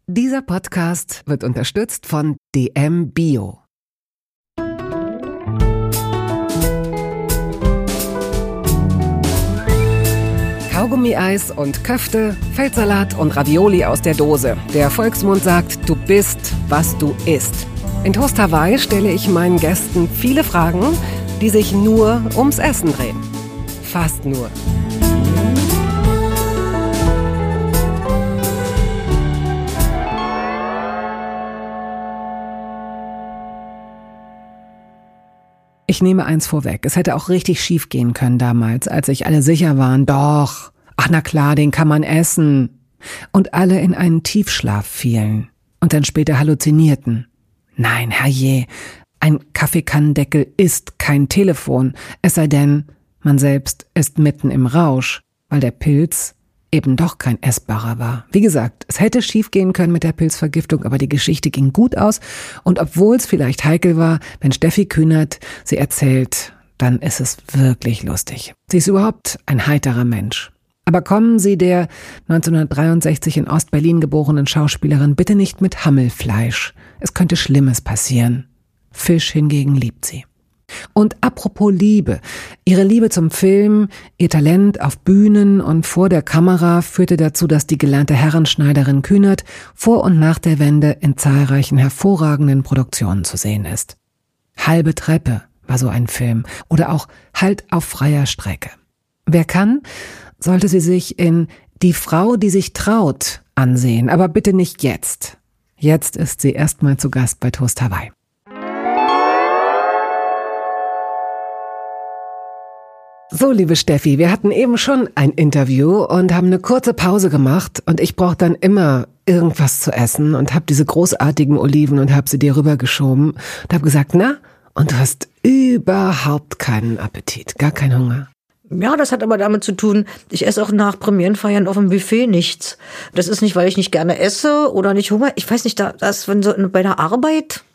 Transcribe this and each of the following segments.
Dieser Podcast wird unterstützt von DM Bio. Kaugummi-Eis und Köfte, Feldsalat und Ravioli aus der Dose. Der Volksmund sagt, du bist, was du isst. In Toast Hawaii stelle ich meinen Gästen viele Fragen, die sich nur ums Essen drehen. Fast nur. Ich nehme eins vorweg, es hätte auch richtig schief gehen können damals, als sich alle sicher waren, doch, ach na klar, den kann man essen. Und alle in einen Tiefschlaf fielen und dann später halluzinierten. Nein, herrje, ein Kaffeekannendeckel ist kein Telefon, es sei denn, man selbst ist mitten im Rausch, weil der Pilz eben doch kein essbarer war. Wie gesagt, es hätte schief gehen können mit der Pilzvergiftung, aber die Geschichte ging gut aus. Und obwohl es vielleicht heikel war, wenn Steffi Kühnert sie erzählt, dann ist es wirklich lustig. Sie ist überhaupt ein heiterer Mensch. Aber kommen Sie der 1963 in Ostberlin geborenen Schauspielerin bitte nicht mit Hammelfleisch. Es könnte Schlimmes passieren. Fisch hingegen liebt sie. Und apropos Liebe, ihre Liebe zum Film, ihr Talent auf Bühnen und vor der Kamera führte dazu, dass die gelernte Herrenschneiderin Kühnert vor und nach der Wende in zahlreichen hervorragenden Produktionen zu sehen ist. Halbe Treppe war so ein Film oder auch Halt auf freier Strecke. Wer kann, sollte sie sich in Die Frau, die sich traut ansehen, aber bitte nicht jetzt. Jetzt ist sie erstmal zu Gast bei Toast Hawaii. So, liebe Steffi, wir hatten eben schon ein Interview und haben eine kurze Pause gemacht und ich brauche dann immer irgendwas zu essen und habe diese großartigen Oliven und habe sie dir rübergeschoben und habe gesagt, na, und du hast überhaupt keinen Appetit, gar keinen Hunger. Ja, das hat aber damit zu tun, ich esse auch nach Premierenfeiern auf dem Buffet nichts. Das ist nicht, weil ich nicht gerne esse oder nicht Hunger. Ich weiß nicht, wenn so bei der Arbeit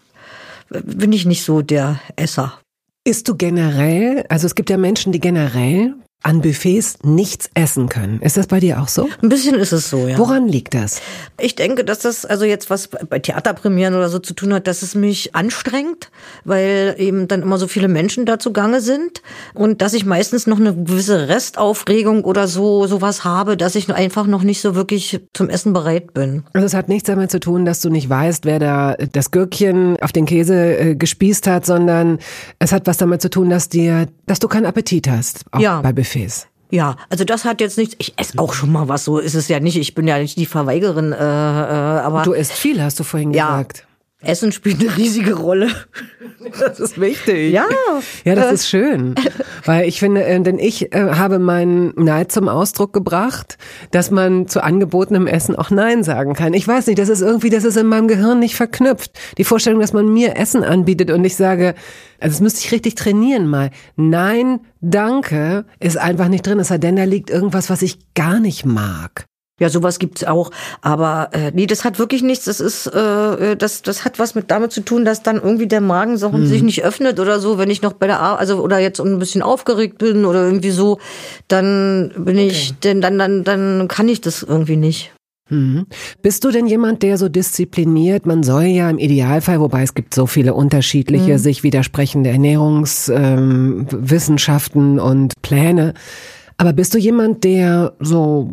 bin ich nicht so der Esser. Isst du generell, also es gibt ja Menschen, die generell an Buffets nichts essen können. Ist das bei dir auch so? Ein bisschen ist es so, ja. Woran liegt das? Ich denke, dass das also jetzt was bei Theaterpremieren oder so zu tun hat, dass es mich anstrengt, weil eben dann immer so viele Menschen da zugange sind und dass ich meistens noch eine gewisse Restaufregung oder sowas habe, dass ich einfach noch nicht so wirklich zum Essen bereit bin. Also es hat nichts damit zu tun, dass du nicht weißt, wer da das Gürkchen auf den Käse gespießt hat, sondern es hat was damit zu tun, dass du keinen Appetit hast, auch ja. Bei Buffets. Ja, also das hat jetzt nichts, ich esse auch schon mal was, so ist es ja nicht, ich bin ja nicht die Verweigerin, aber... Du isst viel, hast du vorhin gesagt. Essen spielt eine riesige Rolle. Das ist wichtig. Ja. Ja, das ist schön. Weil ich finde, denn ich habe meinen Neid zum Ausdruck gebracht, dass man zu angebotenem Essen auch Nein sagen kann. Ich weiß nicht, das ist in meinem Gehirn nicht verknüpft. Die Vorstellung, dass man mir Essen anbietet und ich sage, also das müsste ich richtig trainieren mal. Nein, danke, ist einfach nicht drin. Es sei denn, da liegt irgendwas, was ich gar nicht mag. Ja, sowas gibt's auch, aber nee, das hat wirklich nichts. Das ist, das hat was damit zu tun, dass dann irgendwie der Magen sich nicht öffnet oder so. Wenn ich noch bei der oder jetzt ein bisschen aufgeregt bin oder irgendwie so, dann bin ich, dann kann ich das irgendwie nicht. Mhm. Bist du denn jemand, der so diszipliniert? Man soll ja im Idealfall, wobei es gibt so viele unterschiedliche, sich widersprechende Ernährungswissenschaften und Pläne. Aber bist du jemand, der so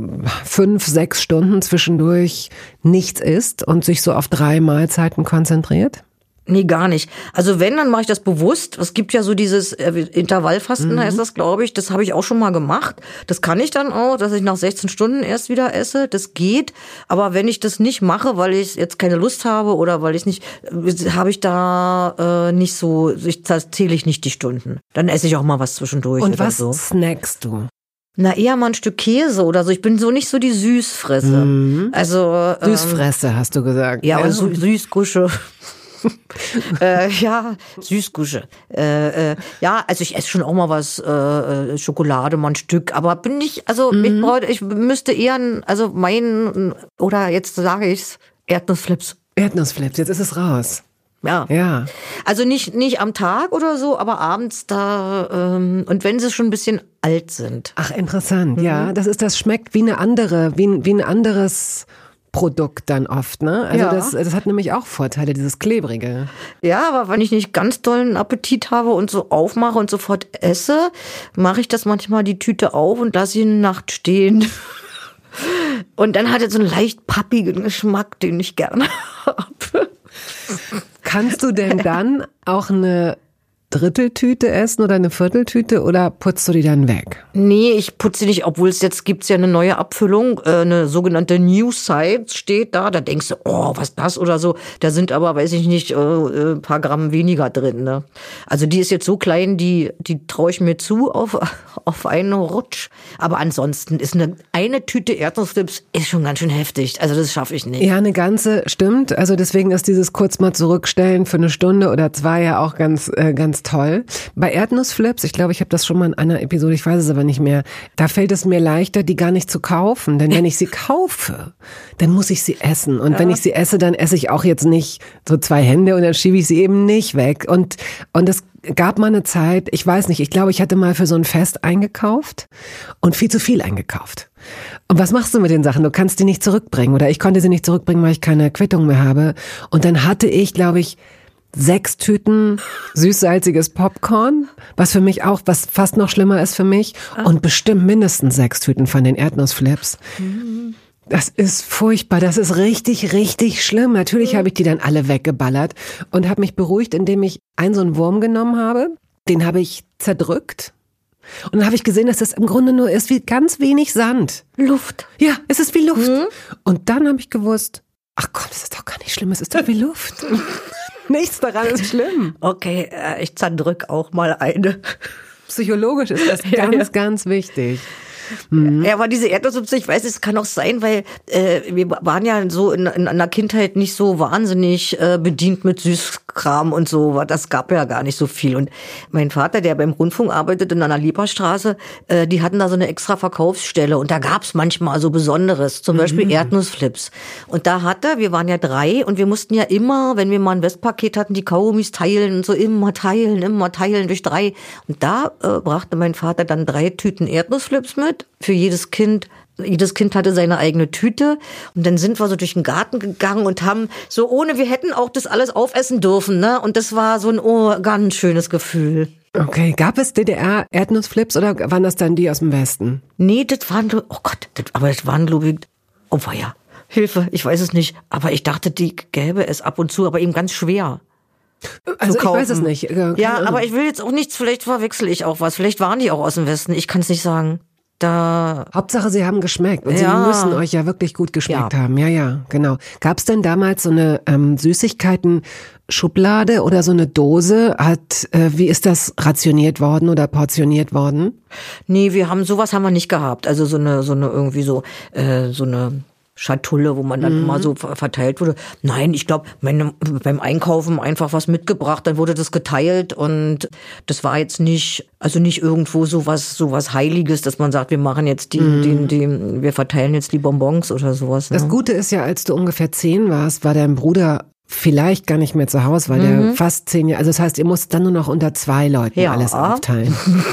5-6 Stunden zwischendurch nichts isst und sich so auf 3 Mahlzeiten konzentriert? Nee, gar nicht. Also wenn, dann mache ich das bewusst. Es gibt ja so dieses Intervallfasten, heißt das, glaube ich. Das habe ich auch schon mal gemacht. Das kann ich dann auch, dass ich nach 16 Stunden erst wieder esse. Das geht. Aber wenn ich das nicht mache, weil ich jetzt keine Lust habe oder weil ich nicht, habe ich da nicht so, das zähle ich nicht die Stunden. Dann esse ich auch mal was zwischendurch. Und was so. snackst du? Na, eher mal ein Stück Käse oder so. Ich bin so nicht so die Süßfresse. Also Süßfresse, hast du gesagt. Ja, also Süßgusche. Ja, Süßgusche. Ja, also ich esse schon auch mal was, Schokolade, mal ein Stück, aber bin nicht, also ich müsste eher, oder jetzt sage ich's, Erdnussflips. Erdnussflips, jetzt ist es raus. Ja. Also nicht am Tag oder so, aber abends da, und wenn sie schon ein bisschen alt sind. Ach, interessant, ja. Das schmeckt wie ein anderes Endprodukt dann oft, ne? Also Ja. das hat nämlich auch Vorteile, dieses Klebrige. Ja, aber wenn ich nicht ganz dollen Appetit habe und so aufmache und sofort esse, mache ich das manchmal die Tüte auf und lasse sie eine Nacht stehen. Und dann hat es so einen leicht pappigen Geschmack, den ich gerne habe. Kannst du denn dann auch eine Dritteltüte essen oder eine Vierteltüte oder putzt du die dann weg? Nee, ich putze nicht, obwohl es jetzt gibt's ja eine neue Abfüllung, eine sogenannte New Size steht da. Da denkst du, oh, was das oder so. Da sind aber, weiß ich nicht, ein paar Gramm weniger drin. Ne? Also die ist jetzt so klein, die traue ich mir zu auf einen Rutsch. Aber ansonsten ist eine Tüte Erdnussflips ist schon ganz schön heftig. Also das schaffe ich nicht. Ja, eine ganze, stimmt. Also deswegen ist dieses kurz mal zurückstellen für eine Stunde oder zwei ja auch ganz toll. Bei Erdnussflips, ich glaube, ich habe das schon mal in einer Episode, ich weiß es aber nicht mehr, da fällt es mir leichter, die gar nicht zu kaufen. Denn wenn ich sie kaufe, dann muss ich sie essen. Und wenn ich sie esse, dann esse ich auch jetzt nicht so 2 Hände und dann schiebe ich sie eben nicht weg. Und es gab mal eine Zeit, ich weiß nicht, ich glaube, ich hatte mal für so ein Fest eingekauft und viel zu viel eingekauft. Und was machst du mit den Sachen? Du kannst die nicht zurückbringen. Oder ich konnte sie nicht zurückbringen, weil ich keine Quittung mehr habe. Und dann hatte ich, glaube ich, 6 Tüten süß-salziges Popcorn, was für mich auch, was fast noch schlimmer ist für mich. Und bestimmt mindestens 6 Tüten von den Erdnussflips. Das ist furchtbar, das ist richtig, richtig schlimm. Natürlich habe ich die dann alle weggeballert und habe mich beruhigt, indem ich so einen Wurm genommen habe. Den habe ich zerdrückt. Und dann habe ich gesehen, dass das im Grunde nur ist wie ganz wenig Sand. Luft. Ja, es ist wie Luft. Und dann habe ich gewusst, ach komm, das ist doch gar nicht schlimm, es ist doch wie Luft. Nichts daran ist schlimm. Okay, ich zerdrück auch mal eine. Psychologisch ist das ganz, ganz wichtig. Ja, aber diese Erdnussflips, ich weiß, es kann auch sein, weil wir waren ja so in einer Kindheit nicht so wahnsinnig bedient mit Süßkram und so. Das gab ja gar nicht so viel. Und mein Vater, der beim Rundfunk arbeitet in einer Liebherstraße, die hatten da so eine extra Verkaufsstelle und da gab's manchmal so Besonderes, zum Beispiel Erdnussflips. Und da wir waren ja 3 und wir mussten ja immer, wenn wir mal ein Westpaket hatten, die Kaugummis teilen und so immer teilen durch 3. Und da brachte mein Vater dann 3 Tüten Erdnussflips mit. Für jedes Kind. Jedes Kind hatte seine eigene Tüte. Und dann sind wir so durch den Garten gegangen und haben so wir hätten auch das alles aufessen dürfen, ne? Und das war so ein ganz schönes Gefühl. Okay, gab es DDR-Erdnussflips oder waren das dann die aus dem Westen? Nee, das waren, das waren, glaube ich, ja, Hilfe, ich weiß es nicht. Aber ich dachte, die gäbe es ab und zu, aber eben ganz schwer. Also ich weiß es nicht. Ja, aber ich will jetzt auch nichts, vielleicht verwechsel ich auch was. Vielleicht waren die auch aus dem Westen, ich kann es nicht sagen. Hauptsache, sie haben geschmeckt und Ja. sie müssen euch ja wirklich gut geschmeckt haben. Ja, genau. Gab es denn damals so eine Süßigkeiten-Schublade oder so eine Dose? Wie ist das rationiert worden oder portioniert worden? Nee, sowas haben wir nicht gehabt. Also so eine Schatulle, wo man dann immer so verteilt wurde. Nein, ich glaube, beim Einkaufen einfach was mitgebracht, dann wurde das geteilt und das war jetzt nicht irgendwo sowas Heiliges, dass man sagt, wir machen jetzt wir verteilen jetzt die Bonbons oder sowas. Ne? Das Gute ist ja, als du ungefähr 10 warst, war dein Bruder vielleicht gar nicht mehr zu Hause, weil der fast 10 Jahre, also das heißt, ihr musstet dann nur noch unter 2 Leuten alles aufteilen.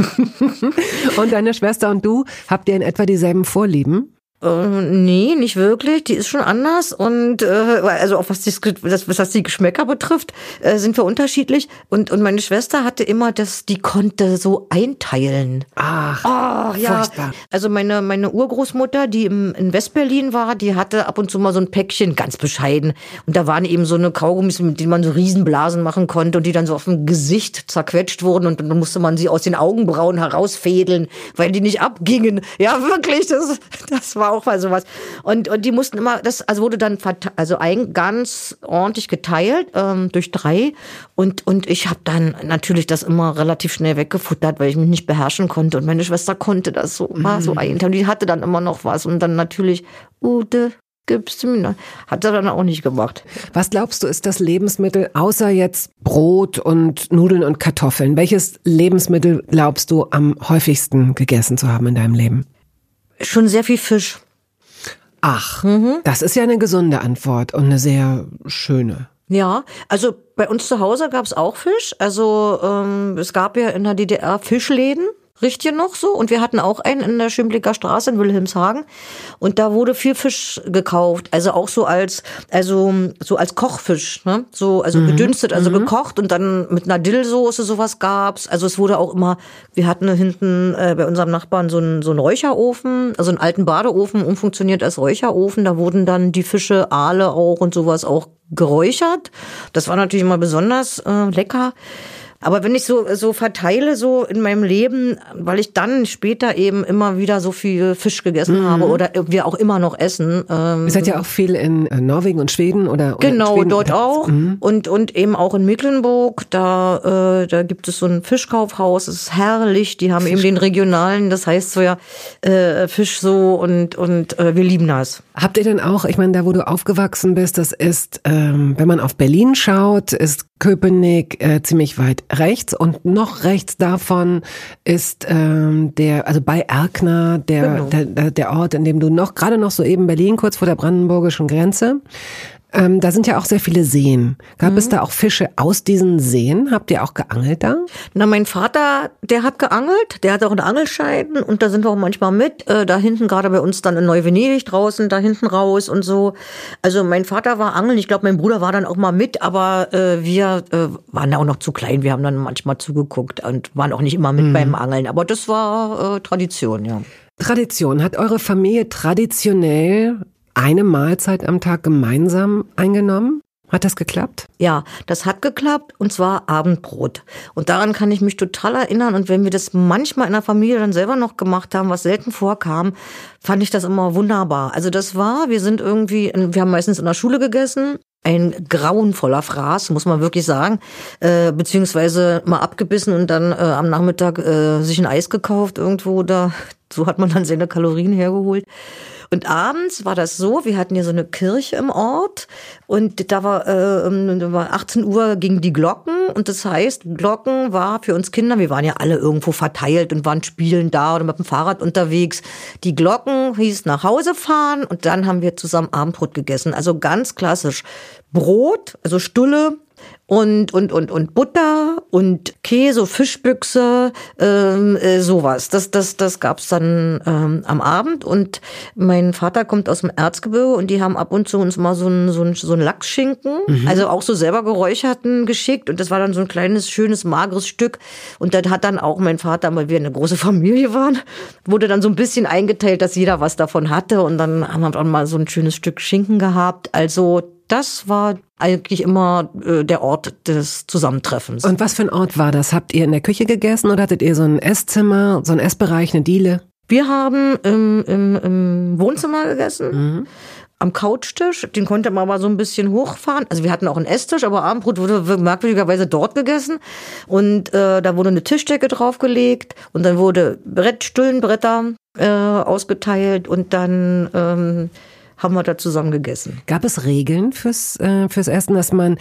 Und deine Schwester und du, habt ihr in etwa dieselben Vorlieben? Nee, nicht wirklich. Die ist schon anders und also auch was die Geschmäcker betrifft, sind wir unterschiedlich. Und meine Schwester hatte immer die konnte so einteilen. Ach, Ja. furchtbar. Also meine Urgroßmutter, die in Westberlin war, die hatte ab und zu mal so ein Päckchen, ganz bescheiden. Und da waren eben so eine Kaugummis, mit denen man so Riesenblasen machen konnte und die dann so auf dem Gesicht zerquetscht wurden und dann musste man sie aus den Augenbrauen herausfädeln, weil die nicht abgingen. Ja, wirklich, das war auch mal sowas. Und die mussten immer, wurde dann ganz ordentlich geteilt durch 3 und ich habe dann natürlich das immer relativ schnell weggefuttert, weil ich mich nicht beherrschen konnte und meine Schwester konnte das so einteilen. Die hatte dann immer noch was und dann natürlich, Ute, gibst du mir noch? Hat er dann auch nicht gemacht. Was glaubst du, ist das Lebensmittel, außer jetzt Brot und Nudeln und Kartoffeln? Welches Lebensmittel glaubst du am häufigsten gegessen zu haben in deinem Leben? Schon sehr viel Fisch. Ach, das ist ja eine gesunde Antwort und eine sehr schöne. Ja, also bei uns zu Hause gab es auch Fisch. Also es gab ja in der DDR Fischläden. riecht hier noch so. Und wir hatten auch einen in der Schimblicker Straße in Wilhelmshagen. Und da wurde viel Fisch gekauft. Also auch so als Kochfisch, ne? Also gedünstet, also gekocht und dann mit einer Dillsoße sowas gab's. Also es wurde auch immer, wir hatten hinten bei unserem Nachbarn so einen Räucherofen, also einen alten Badeofen, umfunktioniert als Räucherofen. Da wurden dann die Fische, Aale auch und sowas auch geräuchert. Das war natürlich immer besonders lecker. Aber wenn ich so verteile so in meinem Leben, weil ich dann später eben immer wieder so viel Fisch gegessen habe oder wir auch immer noch essen. Ihr seid ja auch viel in Norwegen und Schweden oder genau, Schweden. Dort auch. Und eben auch in Mecklenburg, da gibt es so ein Fischkaufhaus, das ist herrlich, die haben eben den regionalen, das heißt so ja Fisch so und wir lieben das. Habt ihr denn auch, ich meine, da wo du aufgewachsen bist, das ist, wenn man auf Berlin schaut, ist Köpenick ziemlich weit rechts und noch rechts davon ist also bei Erkner der Ort, in dem du gerade noch so eben Berlin, kurz vor der brandenburgischen Grenze. Da sind ja auch sehr viele Seen. Gab es da auch Fische aus diesen Seen? Habt ihr auch geangelt da? Na, mein Vater, der hat geangelt, der hat auch einen Angelschein und da sind wir auch manchmal mit. Da hinten, gerade bei uns dann in Neu-Venedig draußen, da hinten raus und so. Also mein Vater war angeln, ich glaube, mein Bruder war dann auch mal mit, aber wir waren da auch noch zu klein. Wir haben dann manchmal zugeguckt und waren auch nicht immer mit beim Angeln. Aber das war Tradition, ja. Tradition. Hat eure Familie traditionell eine Mahlzeit am Tag gemeinsam eingenommen? Hat das geklappt? Ja, das hat geklappt und zwar Abendbrot. Und daran kann ich mich total erinnern. Und wenn wir das manchmal in der Familie dann selber noch gemacht haben, was selten vorkam, fand ich das immer wunderbar. Also wir haben meistens in der Schule gegessen. Ein grauenvoller Fraß, muss man wirklich sagen, beziehungsweise mal abgebissen und dann am Nachmittag sich ein Eis gekauft irgendwo, so hat man dann seine Kalorien hergeholt. Und abends war das so, wir hatten ja so eine Kirche im Ort und da war 18 Uhr gingen die Glocken und das heißt, Glocken war für uns Kinder, wir waren ja alle irgendwo verteilt und waren spielen da oder mit dem Fahrrad unterwegs. Die Glocken hieß nach Hause fahren und dann haben wir zusammen Abendbrot gegessen. Also ganz klassisch Brot, also Stulle, und Butter und Käse, Fischbüchse, sowas. Das gab's dann am Abend und mein Vater kommt aus dem Erzgebirge und die haben ab und zu uns mal so einen Lachsschinken, also auch so selber geräucherten geschickt und das war dann so ein kleines, schönes, mageres Stück und dann hat dann auch mein Vater, weil wir eine große Familie waren, wurde dann so ein bisschen eingeteilt, dass jeder was davon hatte und dann haben wir dann mal so ein schönes Stück Schinken gehabt. Also das war eigentlich immer der Ort des Zusammentreffens. Und was für ein Ort war das? Habt ihr in der Küche gegessen oder hattet ihr so ein Esszimmer, so ein Essbereich, eine Diele? Wir haben im Wohnzimmer gegessen, am Couchtisch. Den konnte man aber so ein bisschen hochfahren. Also wir hatten auch einen Esstisch, aber Abendbrot wurde merkwürdigerweise dort gegessen. Und da wurde eine Tischdecke draufgelegt und dann wurde Stullenbretter ausgeteilt und dann haben wir da zusammen gegessen. Gab es Regeln fürs Essen, dass man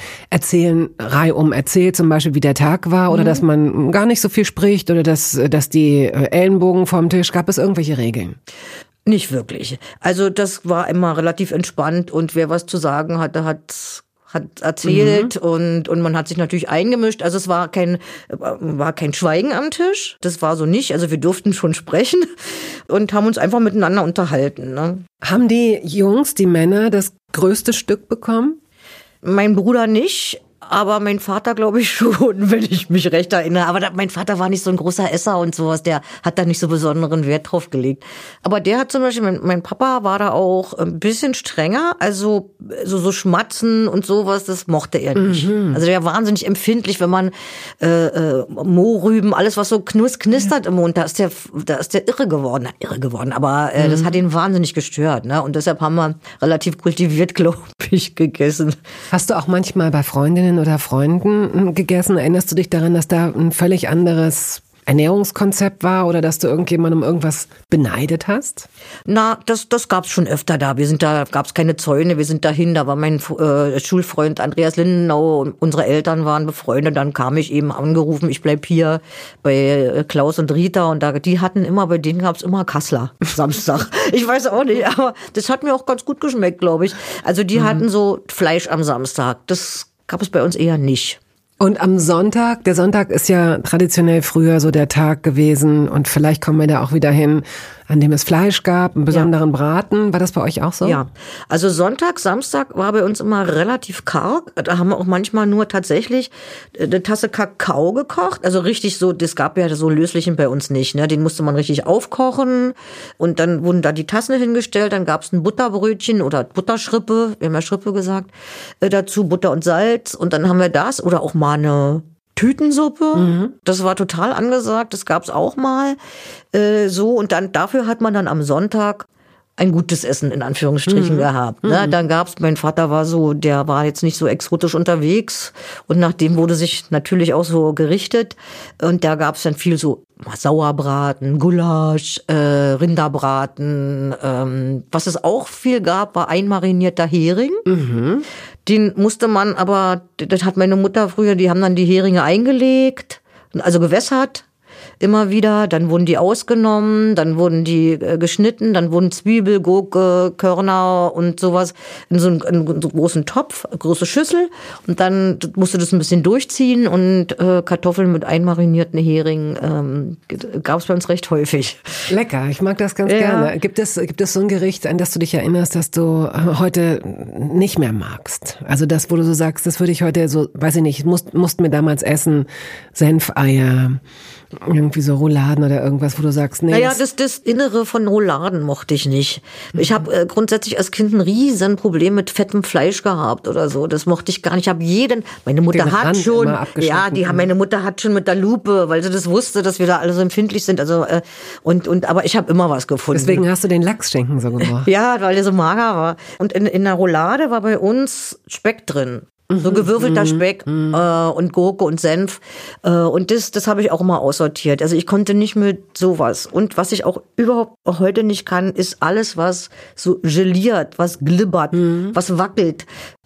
reihum erzählt, zum Beispiel wie der Tag war oder dass man gar nicht so viel spricht oder dass die Ellenbogen vom Tisch, gab es irgendwelche Regeln? Nicht wirklich. Also das war immer relativ entspannt und wer was zu sagen hatte, hat erzählt und man hat sich natürlich eingemischt. Also es war kein Schweigen am Tisch. Das war so nicht. Also wir durften schon sprechen und haben uns einfach miteinander unterhalten. Ne? Haben die Jungs, die Männer, das größte Stück bekommen? Mein Bruder nicht. Aber mein Vater, glaube ich, schon, wenn ich mich recht erinnere. Aber mein Vater war nicht so ein großer Esser und sowas. Der hat da nicht so besonderen Wert drauf gelegt. Aber der hat zum Beispiel, mein Papa war da auch ein bisschen strenger. Also so Schmatzen und sowas, das mochte er nicht. Also der war wahnsinnig empfindlich, wenn man Mohrrüben, alles was so knistert im Mund, da ist der irre geworden. Aber das hat ihn wahnsinnig gestört. Ne? Und deshalb haben wir relativ kultiviert, glaube ich, gegessen. Hast du auch manchmal bei Freundinnen oder Freunden gegessen? Erinnerst du dich daran, dass da ein völlig anderes Ernährungskonzept war oder dass du irgendjemandem irgendwas beneidet hast? Na, das gab's schon öfter da. Gab's keine Zäune, wir sind dahin, da war mein Schulfreund Andreas Lindenau und unsere Eltern waren befreundet, dann kam ich eben angerufen, ich bleib hier bei Klaus und Rita und bei denen gab's immer Kassler Samstag. Ich weiß auch nicht, aber das hat mir auch ganz gut geschmeckt, glaube ich. Also die hatten so Fleisch am Samstag, das gab es bei uns eher nicht. Und am Sonntag, der Sonntag ist ja traditionell früher so der Tag gewesen und vielleicht kommen wir da auch wieder hin, an dem es Fleisch gab, einen besonderen Braten. War das bei euch auch so? Ja, also Sonntag, Samstag war bei uns immer relativ karg. Da haben wir auch manchmal nur tatsächlich eine Tasse Kakao gekocht. Also richtig so, das gab ja so löslichen bei uns nicht. Ne? Den musste man richtig aufkochen und dann wurden da die Tassen hingestellt. Dann gab es ein Butterbrötchen oder Butterschrippe, wir haben ja Schrippe gesagt, dazu Butter und Salz. Und dann haben wir das oder auch mal eine Tütensuppe, das war total angesagt, das gab's auch mal so und dann dafür hat man dann am Sonntag ein gutes Essen in Anführungsstrichen gehabt. Ne? Dann gab's, mein Vater war so, der war jetzt nicht so exotisch unterwegs und nach dem wurde sich natürlich auch so gerichtet und da gab's dann viel so Sauerbraten, Gulasch, Rinderbraten. Was es auch viel gab, war einmarinierter Hering. Den musste man aber, das hat meine Mutter früher, die haben dann die Heringe eingelegt, also gewässert. Immer wieder, dann wurden die ausgenommen, dann wurden die geschnitten, dann wurden Zwiebel, Gurke, Körner und sowas in so einen großen Topf, große Schüssel und dann musste das ein bisschen durchziehen und Kartoffeln mit einmarinierten Heringen gab es bei uns recht häufig. Lecker, ich mag das ganz gerne. Gibt es so ein Gericht, an das du dich erinnerst, das du heute nicht mehr magst? Also das, wo du so sagst, das würde ich heute so, weiß ich nicht, mussten wir damals essen, Senfeier, irgendwie so Rouladen oder irgendwas, wo du sagst, nee. Naja, das Innere von Rouladen mochte ich nicht. Ich habe grundsätzlich als Kind ein riesen Problem mit fettem Fleisch gehabt oder so. Das mochte ich gar nicht. Ich habe meine Mutter hat schon, meine Mutter hat schon mit der Lupe, weil sie das wusste, dass wir da alle so empfindlich sind. Also aber ich habe immer was gefunden. Deswegen hast du den Lachsschenken so gemacht. Ja, weil der so mager war. Und in der Roulade war bei uns Speck drin. So gewürfelter Speck und Gurke und Senf. Und das habe ich auch immer aussortiert. Also ich konnte nicht mit sowas. Und was ich auch überhaupt heute nicht kann, ist alles, was so geliert, was glibbert, was wackelt.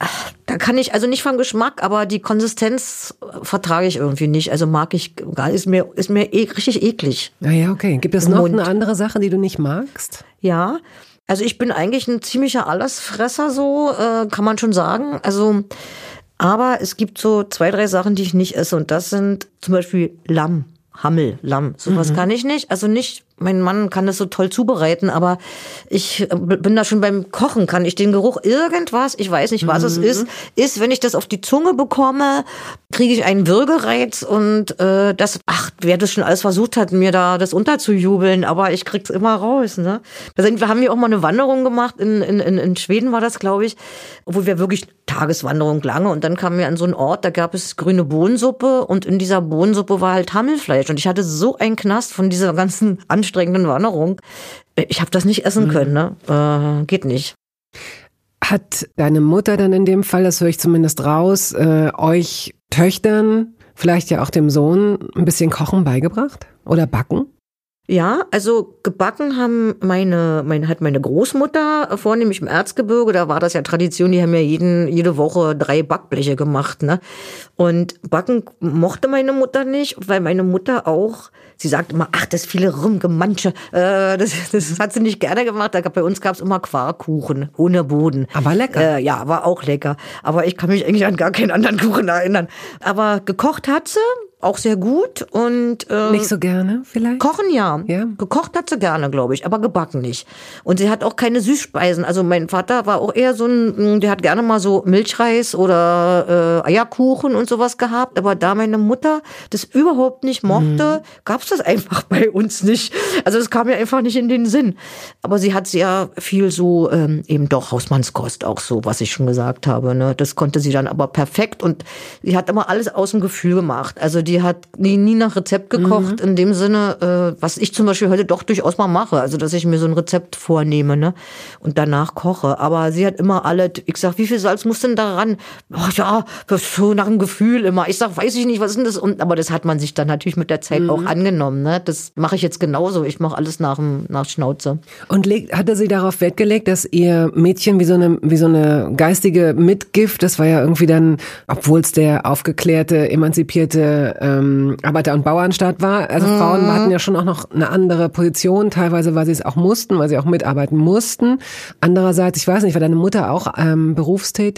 Da kann ich, also nicht vom Geschmack, aber die Konsistenz vertrage ich irgendwie nicht. Also mag ich gar nicht. Ist mir richtig eklig. Ja, okay. Gibt es noch eine andere Sache, die du nicht magst? Ja. Also ich bin eigentlich ein ziemlicher Allesfresser, so kann man schon sagen. Also aber es gibt so 2, 3 Sachen, die ich nicht esse. Und das sind zum Beispiel Lamm, Hammel, Lamm. Sowas kann ich nicht. Also nicht, mein Mann kann das so toll zubereiten, aber ich bin da schon beim Kochen, kann ich den Geruch irgendwas, ich weiß nicht, was es ist, wenn ich das auf die Zunge bekomme, kriege ich einen Würgereiz und wer das schon alles versucht hat, mir da das unterzujubeln, aber ich krieg's immer raus. Ne? Wir haben hier auch mal eine Wanderung gemacht, in Schweden war das, glaube ich, obwohl wir wirklich Tageswanderung lange und dann kamen wir an so einen Ort, da gab es grüne Bohnensuppe und in dieser Bohnensuppe war halt Hammelfleisch und ich hatte so einen Knast von dieser ganzen anstrengenden Wanderung. Ich habe das nicht essen können, ne? Geht nicht. Hat deine Mutter dann in dem Fall, das höre ich zumindest raus, euch Töchtern, vielleicht ja auch dem Sohn, ein bisschen Kochen beigebracht? Oder Backen? Ja, also gebacken haben meine Großmutter, vornehmlich im Erzgebirge, da war das ja Tradition, die haben ja jede Woche 3 Backbleche gemacht, ne? Und Backen mochte meine Mutter nicht, weil meine Mutter auch, sie sagt immer, ach, das viele Rumgemansche, das hat sie nicht gerne gemacht. Bei uns gab's immer Quarkkuchen ohne Boden. Aber lecker. Ja, war auch lecker. Aber ich kann mich eigentlich an gar keinen anderen Kuchen erinnern. Aber gekocht hat sie, auch sehr gut und nicht so gerne vielleicht? Kochen ja. Gekocht hat sie gerne, glaube ich, aber gebacken nicht. Und sie hat auch keine Süßspeisen. Also mein Vater war auch eher so der hat gerne mal so Milchreis oder Eierkuchen und sowas gehabt. Aber da meine Mutter das überhaupt nicht mochte, gab's das einfach bei uns nicht. Also das kam mir einfach nicht in den Sinn. Aber sie hat sehr viel so eben doch Hausmannskost auch so, was ich schon gesagt habe. Ne? Das konnte sie dann aber perfekt und sie hat immer alles aus dem Gefühl gemacht. Also die hat nie nach Rezept gekocht, in dem Sinne, was ich zum Beispiel heute doch durchaus mal mache. Also, dass ich mir so ein Rezept vornehme, ne, und danach koche. Aber sie hat immer ich sag, wie viel Salz muss denn da ran? Oh, ja, so nach dem Gefühl immer. Ich sag, weiß ich nicht, was ist denn das? Aber das hat man sich dann natürlich mit der Zeit auch angenommen, ne. Das mache ich jetzt genauso. Ich mache alles nach Schnauze. Und hatte sie darauf Wert gelegt, dass ihr Mädchen wie so eine geistige Mitgift, das war ja irgendwie dann, obwohl es der aufgeklärte, emanzipierte Arbeiter- und Bauernstaat war. Also Frauen hatten ja schon auch noch eine andere Position. Teilweise, weil sie es auch mussten, weil sie auch mitarbeiten mussten. Andererseits, ich weiß nicht, war deine Mutter auch berufstätig?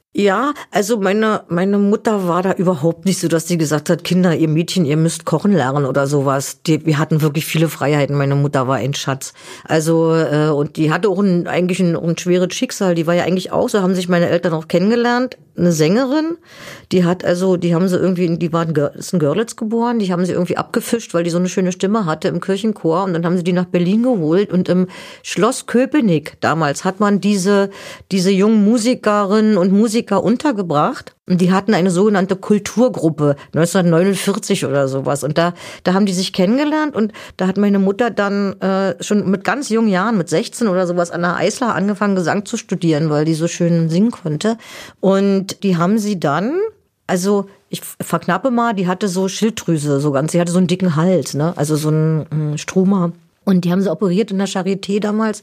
Ja, also meine Mutter war da überhaupt nicht so, dass sie gesagt hat, Kinder, ihr Mädchen, ihr müsst kochen lernen oder sowas. Wir hatten wirklich viele Freiheiten. Meine Mutter war ein Schatz. Also und die hatte auch eigentlich ein schweres Schicksal. Die war ja eigentlich auch, so haben sich meine Eltern auch kennengelernt, eine Sängerin. Die haben sie irgendwie, ist in Görlitz geboren. Die haben sie irgendwie abgefischt, weil die so eine schöne Stimme hatte im Kirchenchor. Und dann haben sie die nach Berlin geholt. Und im Schloss Köpenick damals hat man diese jungen Musikerinnen und Musiker untergebracht. Und die hatten eine sogenannte Kulturgruppe 1949 oder sowas. Und da haben die sich kennengelernt. Und da hat meine Mutter dann schon mit ganz jungen Jahren, mit 16 oder sowas, an der Eisler angefangen, Gesang zu studieren, weil die so schön singen konnte. Und die haben sie dann, also ich verknappe mal, die hatte so Schilddrüse, sie hatte so einen dicken Hals, ne? Also so einen Struma. Und die haben sie operiert in der Charité damals.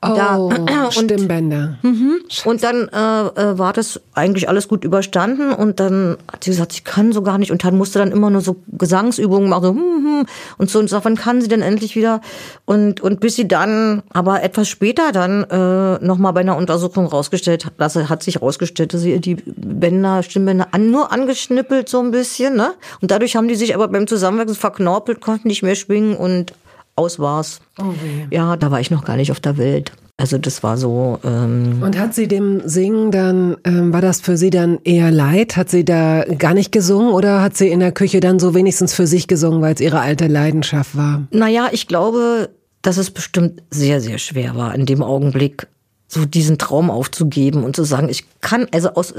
Und Stimmbänder. Und dann war das eigentlich alles gut überstanden. Und dann hat sie gesagt, sie kann so gar nicht. Und dann musste dann immer nur so Gesangsübungen machen. So, und so. Und sagt, wann kann sie denn endlich wieder? Und bis sie dann, aber etwas später dann nochmal bei einer Untersuchung hat sich rausgestellt, dass sie die Stimmbänder nur angeschnippelt so ein bisschen. Ne? Und dadurch haben die sich aber beim Zusammenwachsen verknorpelt, konnten nicht mehr schwingen und aus war's. Oh weh. Ja, da war ich noch gar nicht auf der Welt. Also das war so. Und hat sie dem Singen dann, war das für sie dann eher leid? Hat sie da gar nicht gesungen oder hat sie in der Küche dann so wenigstens für sich gesungen, weil es ihre alte Leidenschaft war? Naja, ich glaube, dass es bestimmt sehr, sehr schwer war in dem Augenblick, so diesen Traum aufzugeben und zu sagen, ich kann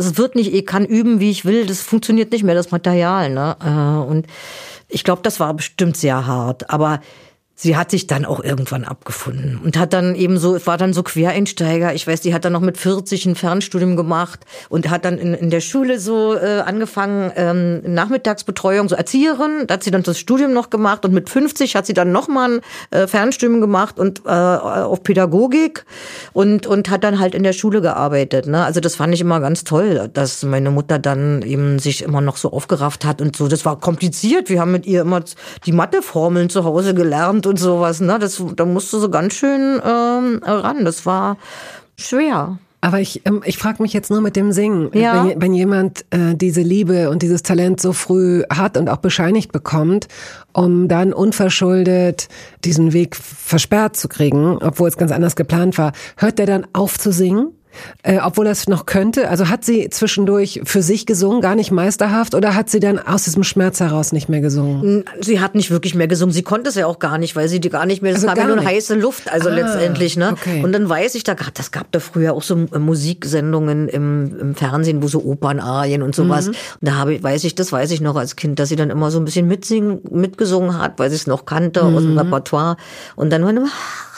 üben, wie ich will, das funktioniert nicht mehr, das Material, ne? Und ich glaube, das war bestimmt sehr hart, aber sie hat sich dann auch irgendwann abgefunden und hat dann war dann so Quereinsteiger. Ich weiß, die hat dann noch mit 40 ein Fernstudium gemacht und hat dann in der Schule so angefangen, Nachmittagsbetreuung, so Erzieherin. Da hat sie dann das Studium noch gemacht und mit 50 hat sie dann nochmal ein Fernstudium gemacht und auf Pädagogik und hat dann halt in der Schule gearbeitet. Ne? Also das fand ich immer ganz toll, dass meine Mutter dann eben sich immer noch so aufgerafft hat und so. Das war kompliziert. Wir haben mit ihr immer die Matheformeln zu Hause gelernt und sowas, ne? Da musste so ganz schön ran. Das war schwer. Aber ich frage mich jetzt nur mit dem Singen. Ja. Wenn jemand diese Liebe und dieses Talent so früh hat und auch bescheinigt bekommt, um dann unverschuldet diesen Weg versperrt zu kriegen, obwohl es ganz anders geplant war, hört der dann auf zu singen? Obwohl er es noch könnte? Also hat sie zwischendurch für sich gesungen, gar nicht meisterhaft, oder hat sie dann aus diesem Schmerz heraus nicht mehr gesungen? Sie hat nicht wirklich mehr gesungen. Sie konnte es ja auch gar nicht, weil sie die gar nicht mehr, das also war ja nur heiße Luft, also letztendlich, ne? Okay. Und dann weiß ich, das gab da früher auch so Musiksendungen im Fernsehen, wo so Opernarien und sowas. Und weiß ich noch als Kind, dass sie dann immer so ein bisschen mitgesungen hat, weil sie es noch kannte aus dem Repertoire. Und dann war immer,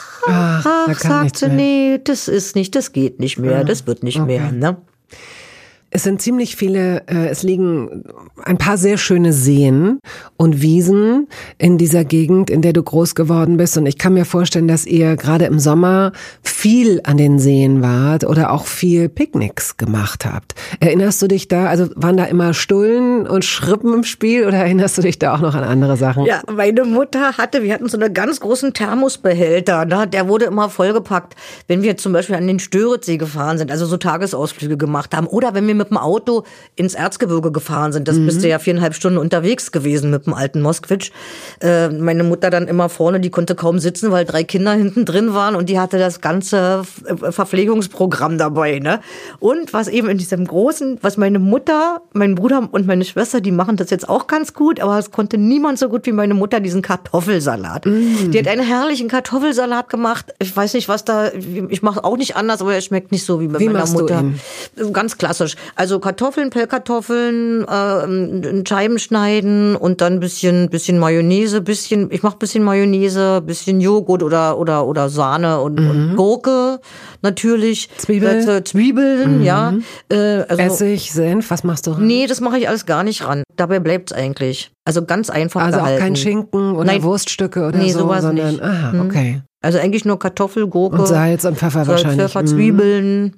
sagt sie, nee, das geht nicht mehr, das wird nicht mehr, ne? Es sind ziemlich viele, es liegen ein paar sehr schöne Seen und Wiesen in dieser Gegend, in der du groß geworden bist. Und ich kann mir vorstellen, dass ihr gerade im Sommer viel an den Seen wart oder auch viel Picknicks gemacht habt. Erinnerst du dich da, also waren da immer Stullen und Schrippen im Spiel oder erinnerst du dich da auch noch an andere Sachen? Ja, meine Mutter wir hatten so einen ganz großen Thermosbehälter, ne? Der wurde immer vollgepackt, wenn wir zum Beispiel an den Störitzsee gefahren sind, also so Tagesausflüge gemacht haben. Oder wenn wir mit dem Auto ins Erzgebirge gefahren sind. Das bist du ja 4,5 Stunden unterwegs gewesen mit dem alten Moskvitsch. Meine Mutter dann immer vorne, die konnte kaum sitzen, weil 3 Kinder hinten drin waren und die hatte das ganze Verpflegungsprogramm dabei, ne? Und was eben in diesem großen, was meine Mutter, mein Bruder und meine Schwester, die machen das jetzt auch ganz gut, aber es konnte niemand so gut wie meine Mutter diesen Kartoffelsalat. Die hat einen herrlichen Kartoffelsalat gemacht. Ich weiß nicht, ich mache auch nicht anders, aber er schmeckt nicht so wie bei meiner Mutter. Ganz klassisch. Also Pellkartoffeln, in Scheiben schneiden und dann ein bisschen Mayonnaise, ich mache ein bisschen Mayonnaise, bisschen Joghurt oder Sahne und Gurke natürlich. Zwiebeln, ja. Also, Essig, Senf, was machst du? Nee, das mache ich alles gar nicht ran. Dabei bleibt's eigentlich. Also ganz einfach also gehalten. Auch kein Schinken oder Wurststücke oder so, sowas sondern nicht. Aha, okay. Also eigentlich nur Kartoffel, Gurke. Und Salz und Pfeffer wahrscheinlich. Pfeffer, Zwiebeln.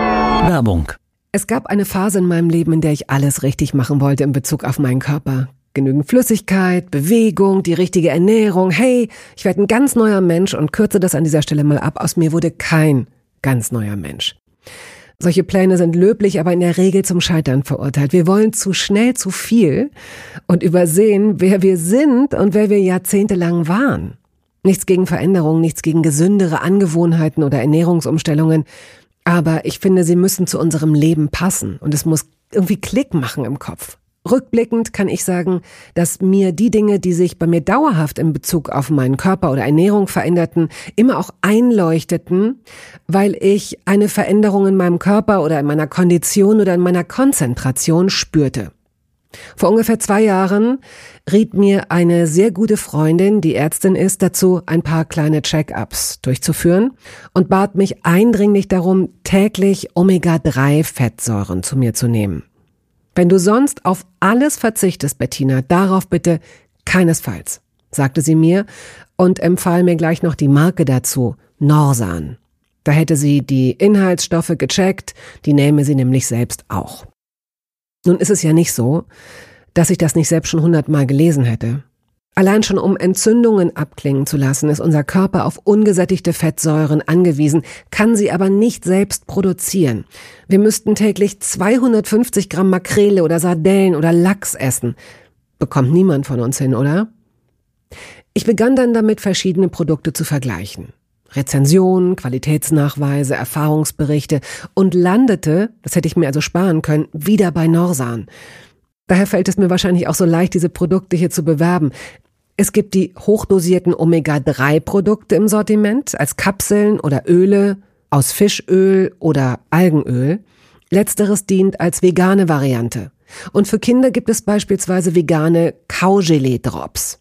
Werbung. Es gab eine Phase in meinem Leben, in der ich alles richtig machen wollte in Bezug auf meinen Körper. Genügend Flüssigkeit, Bewegung, die richtige Ernährung. Hey, ich werde ein ganz neuer Mensch und kürze das an dieser Stelle mal ab. Aus mir wurde kein ganz neuer Mensch. Solche Pläne sind löblich, aber in der Regel zum Scheitern verurteilt. Wir wollen zu schnell zu viel und übersehen, wer wir sind und wer wir jahrzehntelang waren. Nichts gegen Veränderungen, nichts gegen gesündere Angewohnheiten oder Ernährungsumstellungen. Aber ich finde, sie müssen zu unserem Leben passen und es muss irgendwie Klick machen im Kopf. Rückblickend kann ich sagen, dass mir die Dinge, die sich bei mir dauerhaft in Bezug auf meinen Körper oder Ernährung veränderten, immer auch einleuchteten, weil ich eine Veränderung in meinem Körper oder in meiner Kondition oder in meiner Konzentration spürte. Vor ungefähr 2 Jahren riet mir eine sehr gute Freundin, die Ärztin ist, dazu, ein paar kleine Check-ups durchzuführen und bat mich eindringlich darum, täglich Omega-3-Fettsäuren zu mir zu nehmen. Wenn du sonst auf alles verzichtest, Bettina, darauf bitte keinesfalls, sagte sie mir und empfahl mir gleich noch die Marke dazu, Norsan. Da hätte sie die Inhaltsstoffe gecheckt, die nähme sie nämlich selbst auch. Nun ist es ja nicht so, dass ich das nicht selbst schon 100-mal gelesen hätte. Allein schon um Entzündungen abklingen zu lassen, ist unser Körper auf ungesättigte Fettsäuren angewiesen, kann sie aber nicht selbst produzieren. Wir müssten täglich 250 Gramm Makrele oder Sardellen oder Lachs essen. Bekommt niemand von uns hin, oder? Ich begann dann damit, verschiedene Produkte zu vergleichen. Rezensionen, Qualitätsnachweise, Erfahrungsberichte und landete, das hätte ich mir also sparen können, wieder bei Norsan. Daher fällt es mir wahrscheinlich auch so leicht, diese Produkte hier zu bewerben. Es gibt die hochdosierten Omega-3-Produkte im Sortiment als Kapseln oder Öle aus Fischöl oder Algenöl. Letzteres dient als vegane Variante. Und für Kinder gibt es beispielsweise vegane Kaugelee-Drops.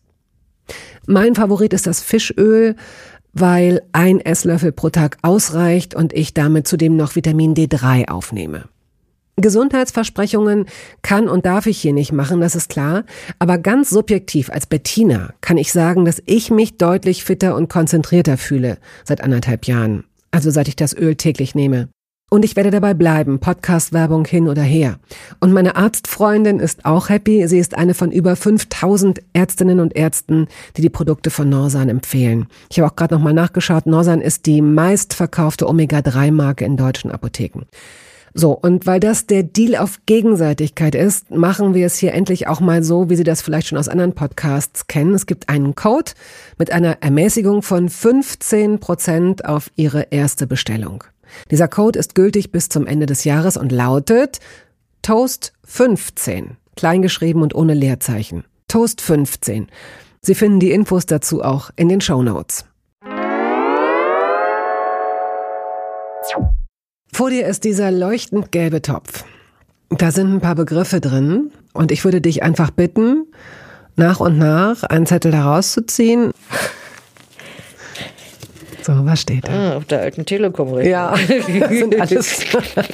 Mein Favorit ist das Fischöl, weil 1 Esslöffel pro Tag ausreicht und ich damit zudem noch Vitamin D3 aufnehme. Gesundheitsversprechungen kann und darf ich hier nicht machen, das ist klar, aber ganz subjektiv als Bettina kann ich sagen, dass ich mich deutlich fitter und konzentrierter fühle seit 1,5 Jahren, also seit ich das Öl täglich nehme. Und ich werde dabei bleiben, Podcast-Werbung hin oder her. Und meine Arztfreundin ist auch happy, sie ist eine von über 5000 Ärztinnen und Ärzten, die Produkte von Norsan empfehlen. Ich habe auch gerade nochmal nachgeschaut, Norsan ist die meistverkaufte Omega-3-Marke in deutschen Apotheken. So, und weil das der Deal auf Gegenseitigkeit ist, machen wir es hier endlich auch mal so, wie Sie das vielleicht schon aus anderen Podcasts kennen. Es gibt einen Code mit einer Ermäßigung von 15% auf Ihre erste Bestellung. Dieser Code ist gültig bis zum Ende des Jahres und lautet TOAST15, kleingeschrieben und ohne Leerzeichen. TOAST15. Sie finden die Infos dazu auch in den Shownotes. Vor dir ist dieser leuchtend gelbe Topf. Da sind ein paar Begriffe drin und ich würde dich einfach bitten, nach und nach einen Zettel daraus zu ziehen. So, was steht da? Auf der alten Telekom-Rechnung. Ja, das sind alles.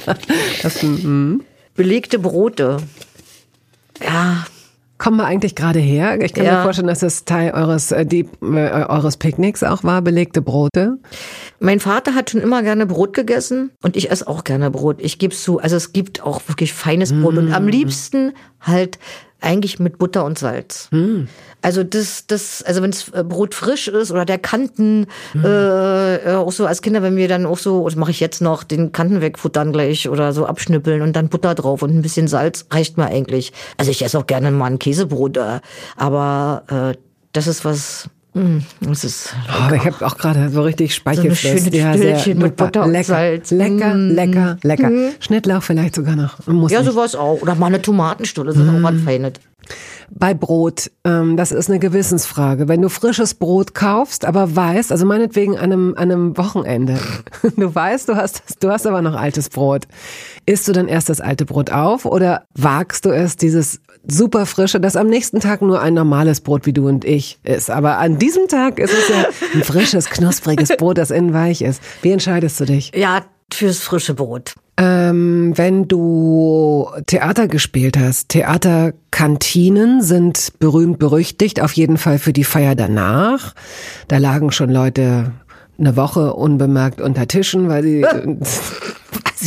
Belegte Brote. Ja. Kommen wir eigentlich gerade her? Ich kann mir vorstellen, dass das Teil eures Picknicks auch war, belegte Brote. Mein Vater hat schon immer gerne Brot gegessen und ich esse auch gerne Brot. Ich gebe es zu, also es gibt auch wirklich feines Brot und am liebsten halt eigentlich mit Butter und Salz. Also also wenn es Brot frisch ist oder der Kanten, auch so als Kinder, wenn wir dann auch so, das mache ich jetzt noch, den Kanten wegfuttern gleich oder so abschnippeln und dann Butter drauf und ein bisschen Salz reicht mir eigentlich. Also ich esse auch gerne mal ein Käsebrot, aber das ist was. Das ist ich habe auch gerade so richtig Speichelfluss. So eine schöne Stückchen mit Butter und Salz. Lecker. Schnittlauch vielleicht sogar noch. Ja, sowas auch. Oder mal eine Tomatenstulle, das ist auch was Feines. Bei Brot, das ist eine Gewissensfrage. Wenn du frisches Brot kaufst, aber weißt, also meinetwegen an einem Wochenende, du weißt, du hast aber noch altes Brot. Isst du dann erst das alte Brot auf oder wagst du es, dieses super frische, das am nächsten Tag nur ein normales Brot wie du und ich ist. Aber an diesem Tag ist es ja ein frisches, knuspriges Brot, das innen weich ist. Wie entscheidest du dich? Ja, fürs frische Brot. Wenn du Theater gespielt hast, Theaterkantinen sind berühmt berüchtigt, auf jeden Fall für die Feier danach. Da lagen schon Leute eine Woche unbemerkt unter Tischen, weil sie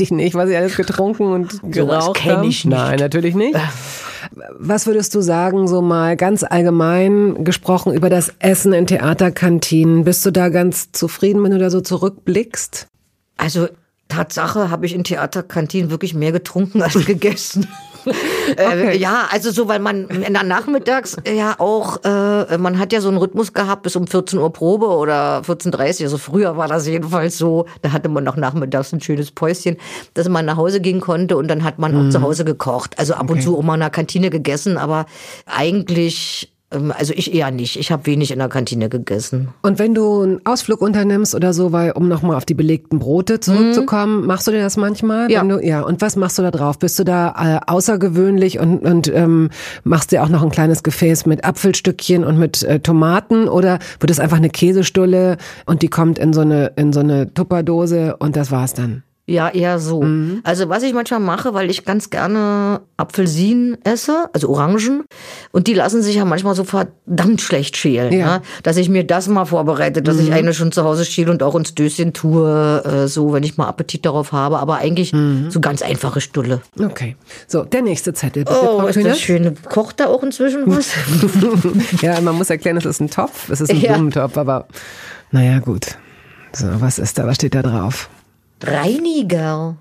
ich nicht, was ich alles getrunken und geraucht habe. Ich nicht. Nein, natürlich nicht. Was würdest du sagen, so mal ganz allgemein gesprochen über das Essen in Theaterkantinen? Bist du da ganz zufrieden, wenn du da so zurückblickst? Also Tatsache habe ich in Theaterkantinen wirklich mehr getrunken als gegessen. Okay. Ja, also so, weil man nachmittags ja auch, man hat ja so einen Rhythmus gehabt, bis um 14 Uhr Probe oder 14:30 Uhr, also früher war das jedenfalls so, da hatte man noch nachmittags ein schönes Päuschen, dass man nach Hause gehen konnte und dann hat man auch zu Hause gekocht. Also ab und zu auch mal in der Kantine gegessen, aber eigentlich... Also ich eher nicht. Ich habe wenig in der Kantine gegessen. Und wenn du einen Ausflug unternimmst oder so, weil um nochmal auf die belegten Brote zurückzukommen, machst du dir das manchmal? Ja. Und was machst du da drauf? Bist du da außergewöhnlich und machst dir auch noch ein kleines Gefäß mit Apfelstückchen und mit Tomaten oder wird es einfach eine Käsestulle und die kommt in so eine Tupperdose und das war's dann? Ja, eher so. Also was ich manchmal mache, weil ich ganz gerne Apfelsinen esse, also Orangen, und die lassen sich ja manchmal so verdammt schlecht schälen, Ja. ne? Dass ich mir das mal vorbereite, dass ich eine schon zu Hause schäle und auch ins Döschen tue, so, wenn ich mal Appetit darauf habe, aber eigentlich so ganz einfache Stulle. Okay. So, der nächste Zettel. Bitte, Oh, Frau ist Kühne. das schön. Kocht da auch inzwischen was? Ja, man muss erklären, es ist ein Topf, es ist ein Ja. Blumentopf, aber naja, gut. So, was steht da drauf? Reiniger.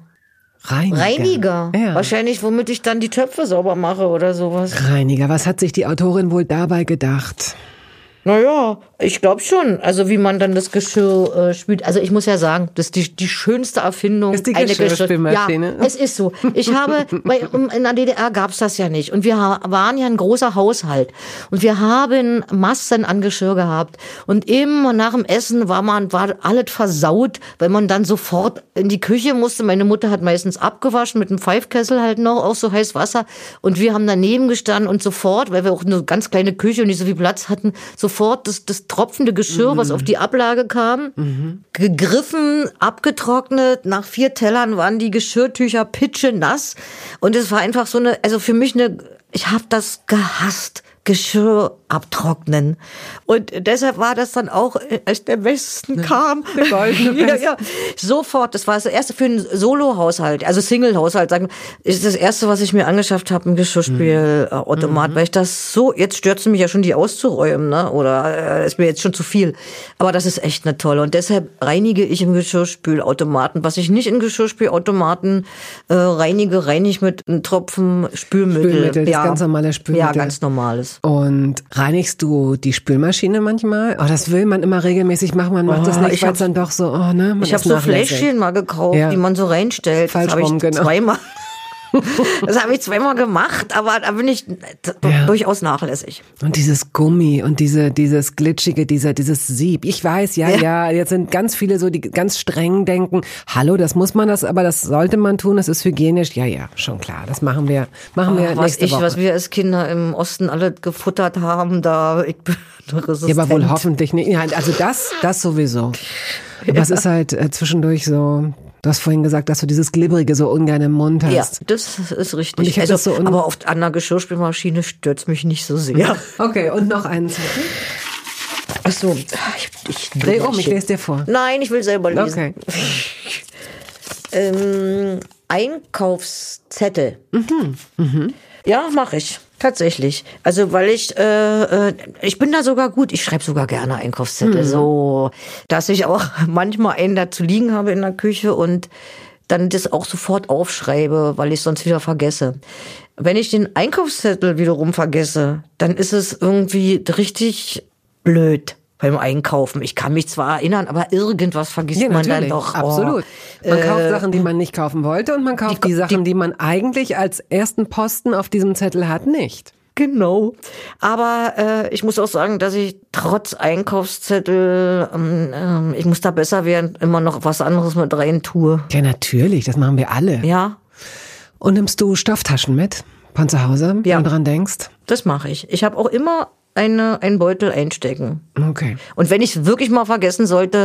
Ja. Wahrscheinlich, womit ich dann die Töpfe sauber mache oder sowas. Reiniger, was hat sich die Autorin wohl dabei gedacht? Naja, ich glaube schon. Also wie man dann das Geschirr spült. Also ich muss ja sagen, das ist die schönste Erfindung. Ist die eine Geschirrspülmaschine? Ja, es ist so. Ich habe, in der DDR gab's das ja nicht. Und wir waren ja ein großer Haushalt. Und wir haben Massen an Geschirr gehabt. Und immer nach dem Essen war alles versaut, weil man dann sofort in die Küche musste. Meine Mutter hat meistens abgewaschen mit einem Pfeifkessel halt noch, auch so heiß Wasser. Und wir haben daneben gestanden und sofort, weil wir auch eine ganz kleine Küche und nicht so viel Platz hatten, sofort das tropfende Geschirr, was auf die Ablage kam, gegriffen, abgetrocknet. Nach 4 Tellern waren die Geschirrtücher pitschenass. Und es war einfach so also für mich ich habe das gehasst. Geschirr abtrocknen. Und deshalb war das dann auch, als der Westen kam, ja, sofort, das war das erste für einen Solo-Haushalt, also Single-Haushalt, sagen, ist das erste, was ich mir angeschafft habe, ein Geschirrspülautomat, weil ich das so, jetzt stört es mich ja schon, die auszuräumen, ne? Oder ist mir jetzt schon zu viel. Aber das ist echt eine tolle. Und deshalb reinige ich im Geschirrspülautomaten. Was ich nicht in Geschirrspülautomaten reinige ich mit einem Tropfen Spülmittel. Das ganz normale Spülmittel. Ja, ganz normales. Und reinigst du die Spülmaschine manchmal? Oh, das will man immer regelmäßig machen. Man macht das nicht, weil es dann doch so, ich habe so Fläschchen mal gekauft, die man so reinstellt. Falsch das habe ich genau. zweimal. Das habe ich zweimal gemacht, aber da bin ich durchaus nachlässig. Und dieses Gummi und dieses Glitschige, dieses Sieb. Ich weiß, ja, jetzt sind ganz viele so, die ganz streng denken, hallo, aber das sollte man tun, das ist hygienisch. Ja, schon klar, das machen wir nächste Woche. Was wir als Kinder im Osten alle gefuttert haben, ich bin resistent. Ja, aber wohl hoffentlich nicht. Ja, also das sowieso. Aber es ist halt zwischendurch so... Du hast vorhin gesagt, dass du dieses Glibberige so ungern im Mund hast. Ja, das ist richtig. Und ich das so aber oft an der Geschirrspülmaschine stört's mich nicht so sehr. Okay, und noch einen Zettel. Ach so, ich dreh um, ich lese dir vor. Nein, ich will selber lesen. Okay. Einkaufszettel. Ja, mache ich. Tatsächlich. Also, weil ich bin da sogar gut. Ich schreibe sogar gerne Einkaufszettel. So, dass ich auch manchmal einen dazu liegen habe in der Küche und dann das auch sofort aufschreibe, weil ich sonst wieder vergesse. Wenn ich den Einkaufszettel wiederum vergesse, dann ist es irgendwie richtig blöd beim Einkaufen. Ich kann mich zwar erinnern, aber irgendwas vergisst man dann doch. Absolut. Man kauft Sachen, die man nicht kaufen wollte und man kauft die Sachen, die man eigentlich als ersten Posten auf diesem Zettel hat, nicht. Genau. Aber ich muss auch sagen, dass ich trotz Einkaufszettel, ich muss da besser werden, immer noch was anderes mit rein tue. Ja, natürlich, das machen wir alle. Ja. Und nimmst du Stofftaschen mit von zu Hause, wenn du dran denkst? Das mache ich. Ich habe auch immer einen Beutel einstecken. Okay. Und wenn ich es wirklich mal vergessen sollte,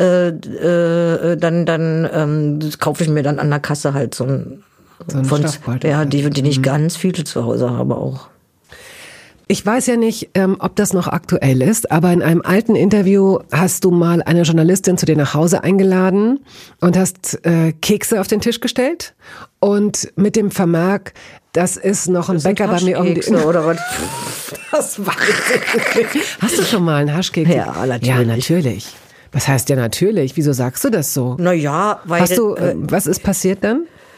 dann kaufe ich mir dann an der Kasse halt so einen Stoffbeutel. Ja, die ich ganz viele zu Hause habe auch. Ich weiß ja nicht, ob das noch aktuell ist, aber in einem alten Interview hast du mal eine Journalistin zu dir nach Hause eingeladen und hast Kekse auf den Tisch gestellt und mit dem Vermerk, das ist noch ein Bäcker bei mir um die... oder was? Das weiß ich nicht. Hast du schon mal einen Haschkeks? Ja, natürlich. Ja, natürlich. Was heißt ja natürlich? Wieso sagst du das so? Naja, weil... Was ist passiert dann?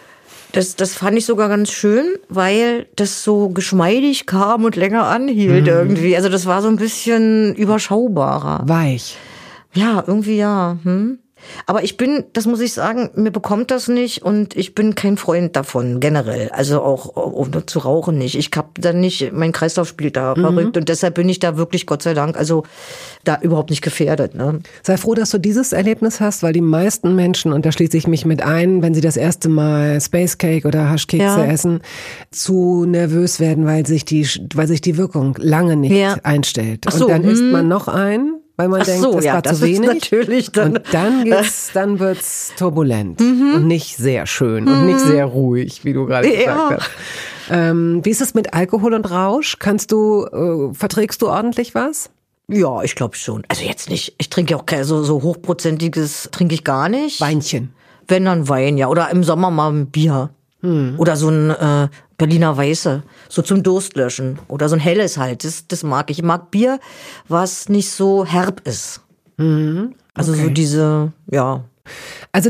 Das fand ich sogar ganz schön, weil das so geschmeidig kam und länger anhielt irgendwie. Also das war so ein bisschen überschaubarer. Weich. Ja, irgendwie ja. Aber das muss ich sagen, mir bekommt das nicht und ich bin kein Freund davon, generell. Also auch zu rauchen nicht. Ich hab dann nicht, mein Kreislauf spielt da verrückt und deshalb bin ich da wirklich, Gott sei Dank, also da überhaupt nicht gefährdet. Ne? Sei froh, dass du dieses Erlebnis hast, weil die meisten Menschen, und da schließe ich mich mit ein, wenn sie das erste Mal Space Cake oder Haschkekse essen, zu nervös werden, weil sich die Wirkung lange nicht einstellt. Ach so, und dann isst man noch ein. Weil man denkt, das war zu wenig. Natürlich dann. Und dann wird's turbulent und nicht sehr schön und nicht sehr ruhig, wie du gerade gesagt hast. Wie ist es mit Alkohol und Rausch? Verträgst du ordentlich was? Ja, ich glaube schon. Also jetzt nicht. Ich trinke auch kein so hochprozentiges trinke ich gar nicht. Weinchen. Wenn dann Wein, ja. Oder im Sommer mal ein Bier. Oder so ein Berliner Weiße, so zum Durstlöschen. Oder so ein helles halt, das mag ich. Ich mag Bier, was nicht so herb ist. Also so diese, ja. Also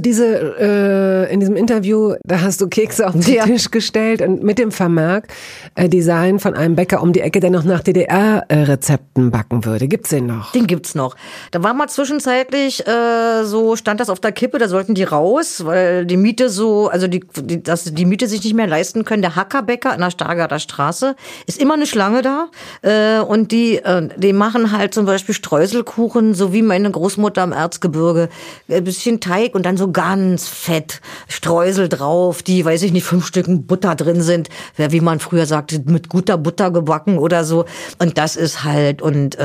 in diesem Interview, da hast du Kekse auf den Tisch gestellt und mit dem Vermerk, die seien von einem Bäcker um die Ecke, der noch nach DDR-Rezepten backen würde. Gibt's den noch? Den gibt's noch. Da war mal zwischenzeitlich, stand das auf der Kippe, da sollten die raus, weil die Miete dass die Miete sich nicht mehr leisten können. Der Hackerbäcker an der Stargarder Straße ist immer eine Schlange da, und die machen halt zum Beispiel Streuselkuchen, so wie meine Großmutter im Erzgebirge, ein bisschen Teig und dann so ganz fett Streusel drauf, die, weiß ich nicht, 5 Stücken Butter drin sind, wie man früher sagte, mit guter Butter gebacken oder so. Und das ist halt,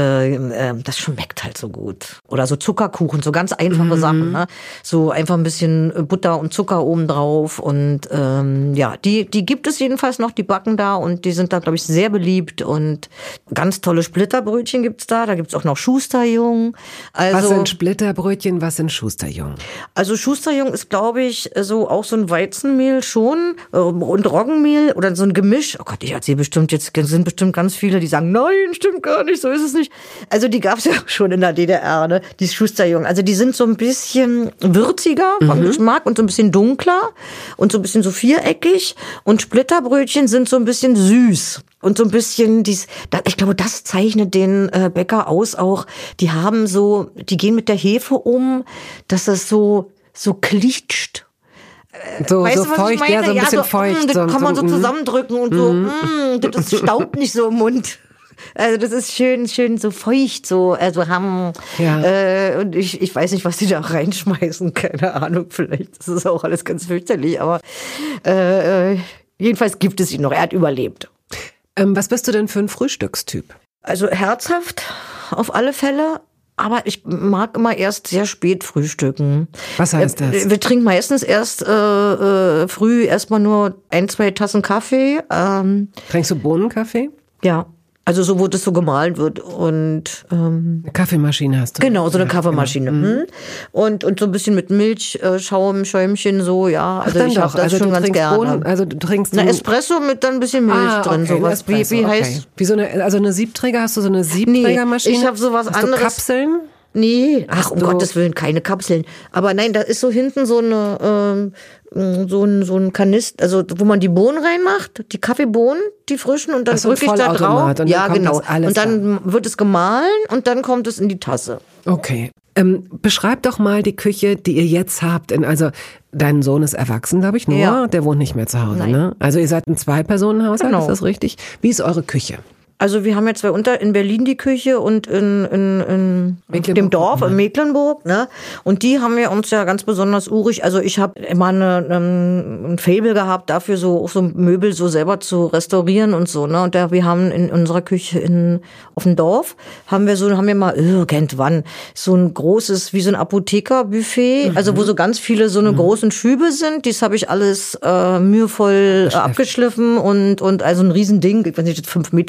das schmeckt halt so gut. Oder so Zuckerkuchen, so ganz einfache Sachen, ne? So einfach ein bisschen Butter und Zucker oben drauf und die gibt es jedenfalls noch, die backen da und die sind da, glaube ich, sehr beliebt und ganz tolle Splitterbrötchen gibt's da gibt's auch noch Schusterjung. Also, was sind Splitterbrötchen, was sind Schusterjung? Also Schusterjung ist, glaube ich, so auch so ein Weizenmehl schon und Roggenmehl oder so ein Gemisch. Oh Gott, ich erzähle bestimmt, jetzt sind bestimmt ganz viele, die sagen, nein, stimmt gar nicht, so ist es nicht. Also die gab's ja schon in der DDR, ne, die Schusterjung. Also die sind so ein bisschen würziger vom Geschmack und so ein bisschen dunkler und so ein bisschen so viereckig und Splitterbrötchen sind so ein bisschen süß. Und so ein bisschen ich glaube, das zeichnet den Bäcker aus auch. Die gehen mit der Hefe um, dass das so klitscht. So weißt du, was feucht, ich meine? ja, so ein bisschen feucht. Das kann man so zusammendrücken und das staubt nicht so im Mund. Also das ist schön so feucht, so, also und ich weiß nicht, was die da reinschmeißen, keine Ahnung, vielleicht ist es auch alles ganz fürchterlich, aber jedenfalls gibt es ihn noch, er hat überlebt. Was bist du denn für ein Frühstückstyp? Also herzhaft, auf alle Fälle. Aber ich mag immer erst sehr spät frühstücken. Was heißt das? Wir trinken meistens erst früh erstmal nur 1-2 Tassen Kaffee. Trinkst du Bohnenkaffee? Ja. Also so, wo das so gemahlen wird und eine Kaffeemaschine hast du. Genau, so eine Kaffeemaschine. Genau. Und so ein bisschen mit Milch, Schäumchen so, ja. Also ich habe das schon ganz gerne. Bohnen, also du trinkst Espresso mit dann ein bisschen Milch drin, okay, sowas. Wie heißt? Wie so eine Siebträger, hast du so eine Siebträgermaschine? Nee, ich habe sowas hast anderes. Du Kapseln? Nee, ach, um Gottes Willen, keine Kapseln. Aber nein, da ist so hinten so eine, so ein Kanister, also wo man die Bohnen reinmacht, die Kaffeebohnen, die frischen, und dann drücke ich da drauf. Und ja, genau. Und dann da. wird es gemahlen und dann kommt es in die Tasse. Okay. Beschreib doch mal die Küche, die ihr jetzt habt. Also dein Sohn ist erwachsen, glaube ich, nur. Ja. Der wohnt nicht mehr zu Hause, ne? Also ihr seid ein 2-Personen-Haushalt, ist das richtig? Wie ist eure Küche? Also wir haben jetzt in Berlin die Küche und in dem Dorf, in Mecklenburg, ne? Und die haben wir uns ja ganz besonders urig. Also ich habe immer ein Faible gehabt, dafür so Möbel so selber zu restaurieren und so, ne? Und wir haben in unserer Küche auf dem Dorf haben wir mal irgendwann so ein großes, wie so ein Apothekerbuffet, also wo so ganz viele so eine großen Schübe sind. Dies habe ich alles mühevoll abgeschliffen und also ein Riesending, ich weiß nicht, 5 Meter lang oder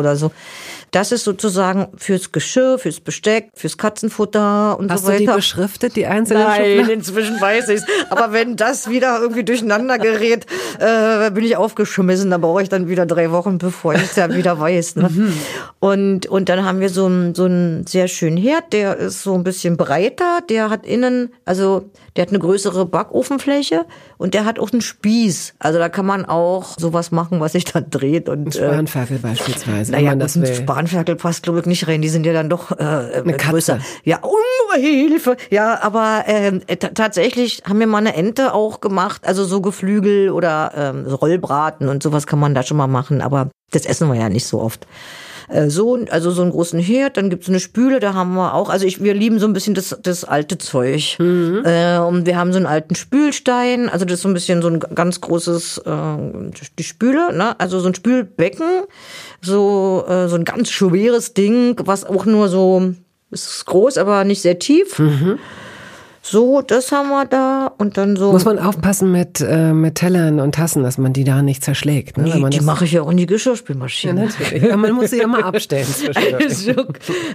oder so. Das ist sozusagen fürs Geschirr, fürs Besteck, fürs Katzenfutter und Hast so weiter. Hast du die beschriftet, die einzelnen Nein, Schubladen? inzwischen weiß ich's. Aber wenn das wieder irgendwie durcheinander gerät, bin ich aufgeschmissen. Da brauche ich dann wieder 3 Wochen, bevor ich es ja wieder weiß. Ne? Und dann haben wir so einen sehr schönen Herd, der ist so ein bisschen breiter. Der hat innen, also der hat eine größere Backofenfläche und der hat auch einen Spieß. Also da kann man auch sowas machen, was sich dann dreht. Und, ein Spanferkel beispielsweise, naja, wenn man das will. Ein Spanferkel passt, glaube ich, nicht rein. Die sind ja dann doch eine größer. Ja, Hilfe. Ja, aber tatsächlich haben wir mal eine Ente auch gemacht. Also so Geflügel oder so Rollbraten und sowas kann man da schon mal machen. Aber das essen wir ja nicht so oft. So einen großen Herd, dann gibt's eine Spüle, da haben wir auch, also wir lieben so ein bisschen das alte Zeug. Und wir haben so einen alten Spülstein, also das ist so ein bisschen so ein ganz großes, die Spüle, ne? Also so ein Spülbecken, so ein ganz schweres Ding, was auch nur so, ist groß, aber nicht sehr tief. So, das haben wir da und dann so. Muss man aufpassen mit Tellern und Tassen, dass man die da nicht zerschlägt. Ne? Nee, die mache ich ja auch in die Geschirrspülmaschine. Ja, natürlich. Ja, man muss sie ja mal abstellen zwischendurch.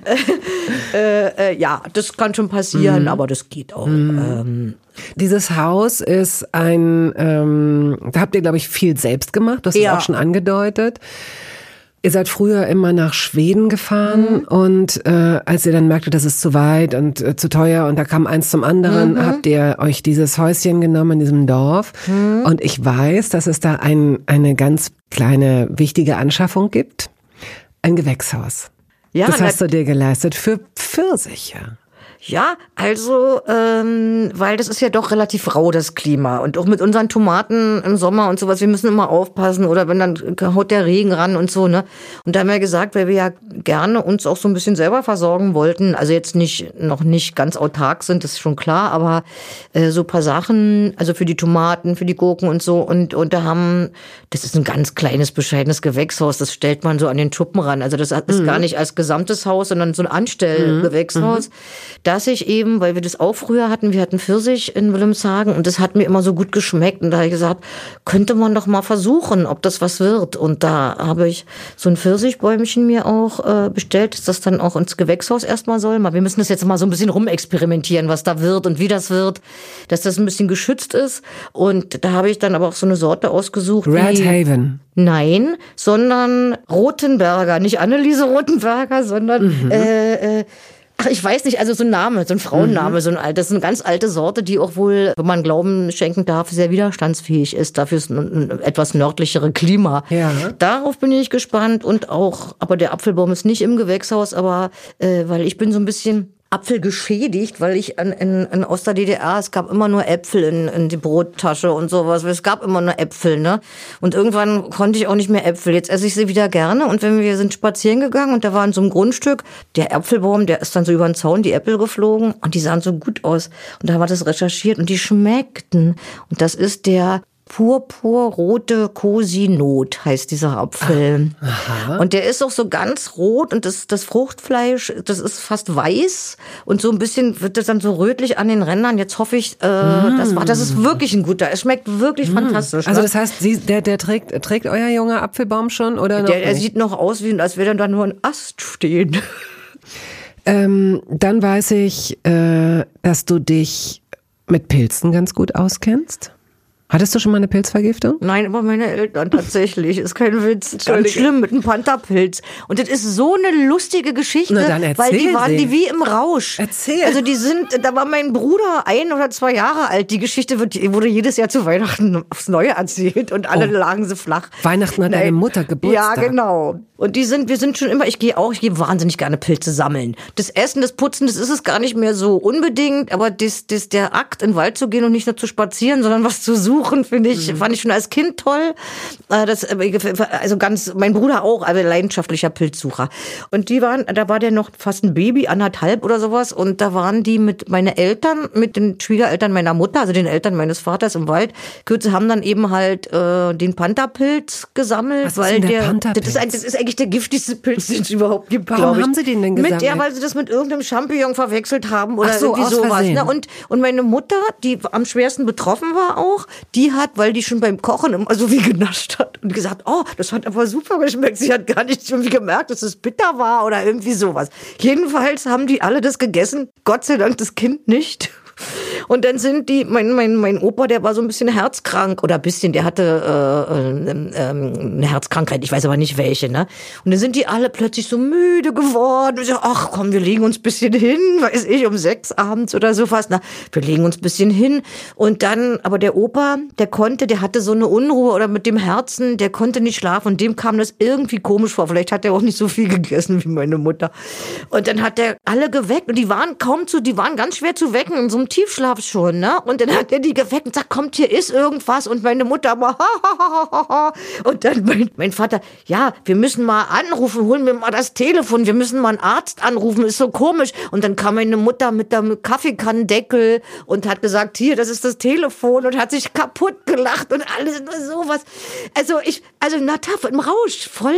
Ja, das kann schon passieren, aber das geht auch. Dieses Haus ist da habt ihr, glaube ich, viel selbst gemacht. Du hast es auch schon angedeutet. Ihr seid früher immer nach Schweden gefahren und als ihr dann merkte, das ist zu weit und zu teuer und da kam eins zum anderen, habt ihr euch dieses Häuschen genommen in diesem Dorf. Und ich weiß, dass es da eine ganz kleine, wichtige Anschaffung gibt. Ein Gewächshaus. Ja, das hast du dir geleistet für Pfirsiche. Ja, also, weil das ist ja doch relativ rau, das Klima. Und auch mit unseren Tomaten im Sommer und sowas, wir müssen immer aufpassen. Oder wenn dann haut der Regen ran und so, ne. Und da haben wir gesagt, weil wir ja gerne uns auch so ein bisschen selber versorgen wollten. Also jetzt noch nicht ganz autark sind, das ist schon klar. Aber so ein paar Sachen, also für die Tomaten, für die Gurken und so. Und das ist ein ganz kleines, bescheidenes Gewächshaus. Das stellt man so an den Schuppen ran. Also das ist gar nicht als gesamtes Haus, sondern so ein Anstellgewächshaus. Dass ich eben, weil wir das auch früher hatten, wir hatten Pfirsich in Wilhelmshaven und das hat mir immer so gut geschmeckt und da habe ich gesagt, könnte man doch mal versuchen, ob das was wird. Und da habe ich so ein Pfirsichbäumchen mir auch bestellt, dass das dann auch ins Gewächshaus erstmal soll. Wir müssen das jetzt mal so ein bisschen rumexperimentieren, was da wird und wie das wird, dass das ein bisschen geschützt ist. Und da habe ich dann aber auch so eine Sorte ausgesucht. Red Haven. Nein, sondern Rothenberger, nicht Anneliese Rothenberger, sondern ach, ich weiß nicht, also so ein Name, so ein Frauenname, das ist eine ganz alte Sorte, die auch wohl, wenn man Glauben schenken darf, sehr widerstandsfähig ist. Dafür ist ein etwas nördlichere Klima. Ja. Darauf bin ich gespannt und auch, aber der Apfelbaum ist nicht im Gewächshaus, aber weil ich bin so ein bisschen Apfel geschädigt, weil ich in Ost-DDR, es gab immer nur Äpfel in die Brottasche und sowas. Es gab immer nur Äpfel, ne? Und irgendwann konnte ich auch nicht mehr Äpfel. Jetzt esse ich sie wieder gerne. Und wenn wir sind spazieren gegangen und da war in so einem Grundstück der Apfelbaum, der ist dann so über den Zaun, die Äpfel geflogen und die sahen so gut aus. Und da haben wir das recherchiert und die schmeckten. Und das ist der purpurrote Cosinot heißt dieser Apfel. Aha. Und der ist auch so ganz rot und das Fruchtfleisch, das ist fast weiß und so ein bisschen wird das dann so rötlich an den Rändern. Jetzt hoffe ich, das ist wirklich ein guter. Es schmeckt wirklich fantastisch. Also das heißt, der trägt euer junger Apfelbaum schon oder noch Der sieht noch aus, als wäre dann nur ein Ast stehen. Dann weiß ich, dass du dich mit Pilzen ganz gut auskennst. Hattest du schon mal eine Pilzvergiftung? Nein, aber meine Eltern tatsächlich. Ist kein Witz. Ganz schlimm mit einem Pantherpilz. Und das ist so eine lustige Geschichte, na dann weil die waren die wie im Rausch. Erzähl. Also da war mein Bruder 1 oder 2 Jahre alt. Die Geschichte wurde jedes Jahr zu Weihnachten aufs Neue erzählt und alle lagen sie flach. Weihnachten hat deine Mutter Geburtstag. Ja, genau. Und wir sind schon immer, ich gehe wahnsinnig gerne Pilze sammeln. Das Essen, das Putzen, das ist es gar nicht mehr so unbedingt, aber der Akt, in den Wald zu gehen und nicht nur zu spazieren, sondern was zu suchen, fand ich schon als Kind toll. Mein Bruder auch, also leidenschaftlicher Pilzsucher. Und da war der noch fast ein Baby, 1,5 oder sowas, und da waren die mit meinen Eltern, mit den Schwiegereltern meiner Mutter, also den Eltern meines Vaters im Wald, haben dann eben halt den Pantherpilz gesammelt. Was ist denn der Pantherpilz? Das ist eigentlich der giftigste Pilz, den es überhaupt gibt, glaube ich. Warum haben sie den denn gesammelt? Weil sie das mit irgendeinem Champignon verwechselt haben oder so, irgendwie sowas. Ne? Und meine Mutter, die am schwersten betroffen war auch, die hat, weil die schon beim Kochen immer so viel genascht hat und gesagt, oh, das hat aber super geschmeckt. Sie hat gar nicht irgendwie gemerkt, dass es bitter war oder irgendwie sowas. Jedenfalls haben die alle das gegessen. Gott sei Dank das Kind nicht. Und dann sind die, mein Opa, der war so ein bisschen herzkrank oder ein bisschen, der hatte eine Herzkrankheit, ich weiß aber nicht welche, ne? Und dann sind die alle plötzlich so müde geworden. Und ich so, ach komm, wir legen uns ein bisschen hin, weiß ich, um 6 abends oder so fast. Na, wir legen uns ein bisschen hin. Und dann, aber der Opa, der hatte so eine Unruhe oder mit dem Herzen, der konnte nicht schlafen und dem kam das irgendwie komisch vor. Vielleicht hat er auch nicht so viel gegessen wie meine Mutter. Und dann hat er alle geweckt und die waren ganz schwer zu wecken in so einem Tiefschlaf schon, ne? Und dann hat er die geweckt und sagt, kommt, hier ist irgendwas. Und meine Mutter mal, und dann mein Vater, ja, wir müssen mal anrufen, holen wir mal das Telefon, wir müssen mal einen Arzt anrufen, ist so komisch. Und dann kam meine Mutter mit dem Kaffeekannendeckel und hat gesagt, hier, das ist das Telefon und hat sich kaputt gelacht und alles und sowas. Also im Rausch, voll,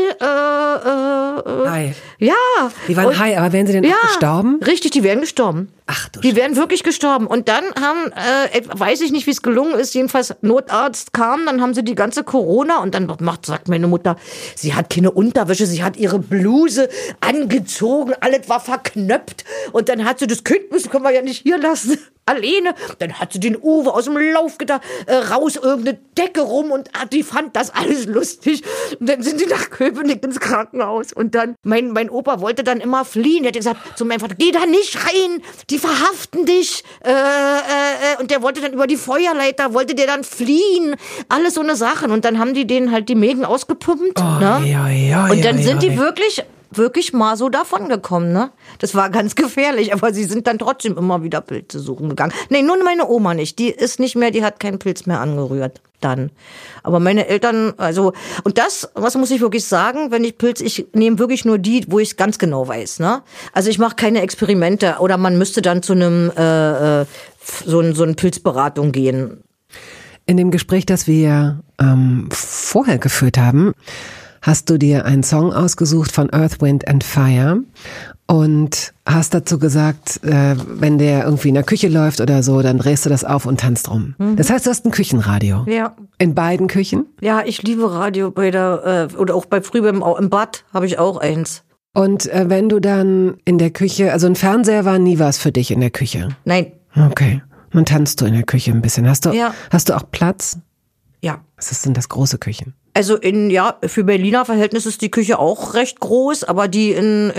Hi. Ja. Die waren high, aber wären sie denn auch gestorben? Richtig, die wären gestorben. Ach du Die wären wirklich gestorben. Und dann weiß ich nicht, wie es gelungen ist, jedenfalls Notarzt kam, dann haben sie die ganze Corona und dann sagt meine Mutter, sie hat keine Unterwäsche, sie hat ihre Bluse angezogen, alles war verknöpft und dann hat sie das Kind, das können wir ja nicht hier lassen, alleine. Dann hat sie den Uwe aus dem Lauf raus, irgendeine Decke rum und die fand das alles lustig. Und dann sind die nach Köpenick ins Krankenhaus und dann, mein Opa wollte dann immer fliehen. Er hat gesagt zu meinem Vater, geh da nicht rein, die verhaften dich. Und der wollte dann über die Feuerleiter, wollte der dann fliehen. Alles so eine Sachen. Und dann haben die denen halt die Mägen ausgepumpt. Und dann sind die wirklich mal so davon gekommen, ne? Das war ganz gefährlich, aber sie sind dann trotzdem immer wieder Pilze suchen gegangen. Nee, nur meine Oma nicht. Die hat keinen Pilz mehr angerührt. Dann. Aber meine Eltern, und das, was muss ich wirklich sagen, wenn ich ich nehme wirklich nur die, wo ich es ganz genau weiß, ne? Also ich mache keine Experimente oder man müsste dann zu einem, so eine Pilzberatung gehen. In dem Gespräch, das wir vorher geführt haben, hast du dir einen Song ausgesucht von Earth, Wind and Fire und hast dazu gesagt, wenn der irgendwie in der Küche läuft oder so, dann drehst du das auf und tanzt rum. Mhm. Das heißt, du hast ein Küchenradio. Ja. In beiden Küchen? Ja, ich liebe Radio oder auch früher im Bad habe ich auch eins. Und wenn du dann in der Küche, also ein Fernseher war nie was für dich in der Küche? Nein. Okay. Nun tanzt du in der Küche ein bisschen. Hast du auch Platz? Ja. Was sind das, große Küchen? Also für Berliner Verhältnisse ist die Küche auch recht groß, aber die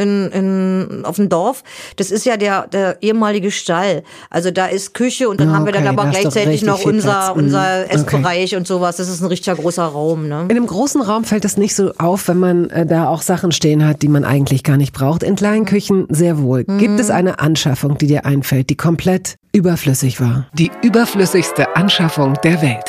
auf dem Dorf, das ist ja der ehemalige Stall. Also da ist Küche und dann haben wir dann aber gleichzeitig noch unser Essbereich und sowas. Das ist ein richtiger großer Raum, ne? In einem großen Raum fällt es nicht so auf, wenn man da auch Sachen stehen hat, die man eigentlich gar nicht braucht. In kleinen Küchen sehr wohl. Gibt es eine Anschaffung, die dir einfällt, die komplett überflüssig war? Die überflüssigste Anschaffung der Welt.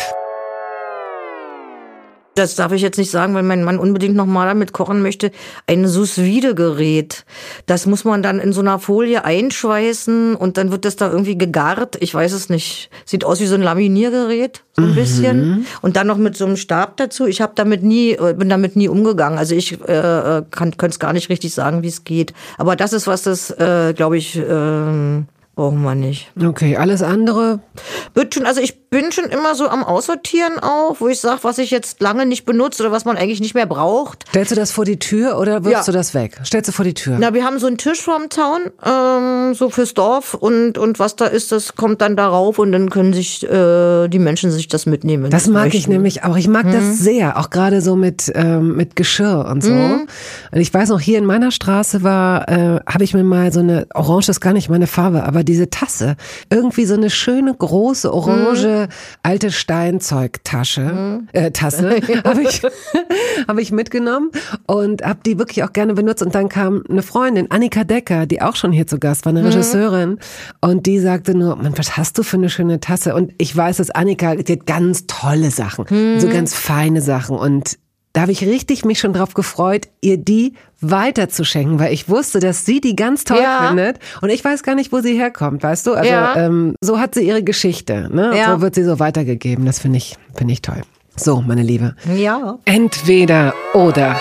Das darf ich jetzt nicht sagen, weil mein Mann unbedingt nochmal damit kochen möchte. Ein Sous-Vide-Gerät. Das muss man dann in so einer Folie einschweißen und dann wird das da irgendwie gegart. Ich weiß es nicht. Sieht aus wie so ein Laminiergerät, so ein bisschen. Und dann noch mit so einem Stab dazu. Ich bin damit nie umgegangen. Also ich könnte es gar nicht richtig sagen, wie es geht. Aber das ist was, das glaube ich brauchen wir nicht. Okay, alles andere? Also ich bin schon immer so am Aussortieren auch, wo ich sage, was ich jetzt lange nicht benutze oder was man eigentlich nicht mehr braucht. Stellst du das vor die Tür oder wirfst du das weg? Stellst du vor die Tür? Na, wir haben so einen Tisch vorm Zaun, so fürs Dorf und was da ist, das kommt dann darauf und dann können sich die Menschen sich das mitnehmen. Das mag ich nämlich auch. Ich mag das sehr, auch gerade so mit Geschirr und so. Und ich weiß noch, hier in meiner Straße habe ich mir mal so eine, orange ist gar nicht meine Farbe, aber diese Tasse, irgendwie so eine schöne, große, orange, alte Steinzeugtasche, Tasse, habe ich mitgenommen und habe die wirklich auch gerne benutzt. Und dann kam eine Freundin, Annika Decker, die auch schon hier zu Gast war, eine Regisseurin, und die sagte nur, Mann, was hast du für eine schöne Tasse? Und ich weiß, dass Annika, die hat ganz tolle Sachen, so ganz feine Sachen, und da habe ich richtig mich schon drauf gefreut, ihr die weiterzuschenken, weil ich wusste, dass sie die ganz toll findet und ich weiß gar nicht, wo sie herkommt, weißt du? Also so hat sie ihre Geschichte, ne? Ja. So wird sie so weitergegeben. Das finde ich toll. So, meine Liebe. Ja. Entweder oder.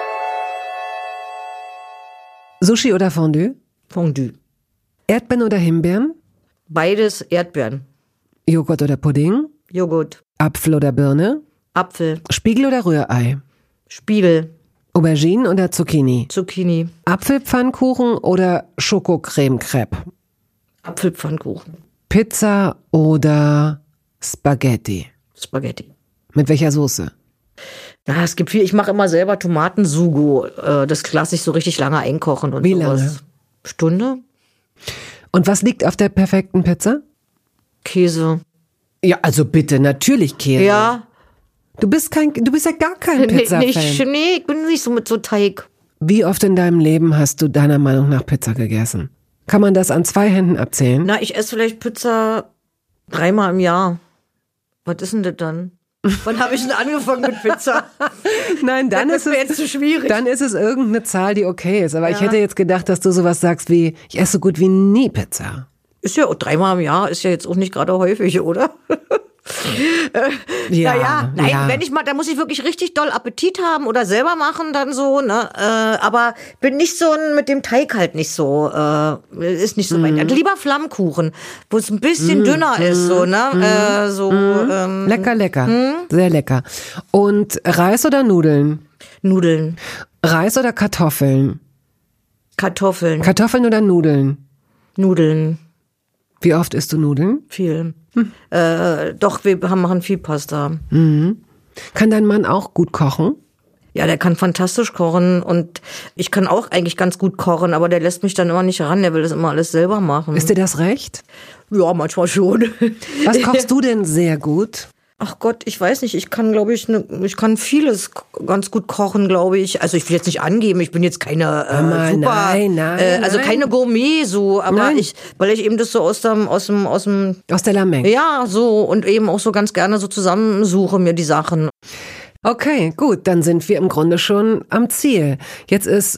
Sushi oder Fondue? Fondue. Erdbeeren oder Himbeeren? Beides Erdbeeren. Joghurt oder Pudding? Joghurt. Apfel oder Birne? Apfel. Spiegel oder Rührei? Spiegel. Aubergine oder Zucchini? Zucchini. Apfelpfannkuchen oder Schokocreme-Crepe? Apfelpfannkuchen. Pizza oder Spaghetti? Spaghetti. Mit welcher Soße? Na, es gibt viel. Ich mache immer selber Tomatensugo. Das lasse ich so richtig lange einkochen. Und Wie sowas. lange? Stunde. Und was liegt auf der perfekten Pizza? Käse. Ja, also bitte, natürlich Käse. Ja. Du bist ja gar kein Pizza-Fan. Nee, ich bin nicht so mit so Teig. Wie oft in deinem Leben hast du deiner Meinung nach Pizza gegessen? Kann man das an 2 Händen abzählen? Na, ich esse vielleicht Pizza 3-mal im Jahr. Was ist denn das dann? Wann habe ich denn angefangen mit Pizza? Nein, dann Das ist ist mir jetzt zu schwierig. Dann ist es irgendeine Zahl, die okay ist. Aber ich hätte jetzt gedacht, dass du sowas sagst wie, ich esse so gut wie nie Pizza. Ist ja 3-mal im Jahr, ist ja jetzt auch nicht gerade häufig, oder? Ja, Nein, ja. wenn ich mal, da muss ich wirklich richtig doll Appetit haben oder selber machen dann so, ne? Aber bin nicht so mit dem Teig halt nicht so, ist nicht so mein. Lieber Flammkuchen, wo es ein bisschen dünner ist, so, ne? Lecker. Sehr lecker. Und Reis oder Nudeln? Nudeln, Reis oder Kartoffeln? Kartoffeln, Kartoffeln oder Nudeln? Nudeln, Wie oft isst du Nudeln? viel. Doch, wir machen viel Pasta. Kann dein Mann auch gut kochen? Ja, der kann fantastisch kochen und ich kann auch eigentlich ganz gut kochen, aber der lässt mich dann immer nicht ran, der will das immer alles selber machen. Ist dir das recht? Ja, manchmal schon. Was kochst du denn sehr gut? Ach Gott, ich weiß nicht, ich kann, glaube ich, ich kann vieles ganz gut kochen, glaube ich. Also ich will jetzt nicht angeben, ich bin jetzt keine super, also keine Gourmet so, aber weil ich eben das so aus der Lameng. Ja, so und eben auch so ganz gerne so zusammensuche mir die Sachen. Okay, gut, dann sind wir im Grunde schon am Ziel. Jetzt ist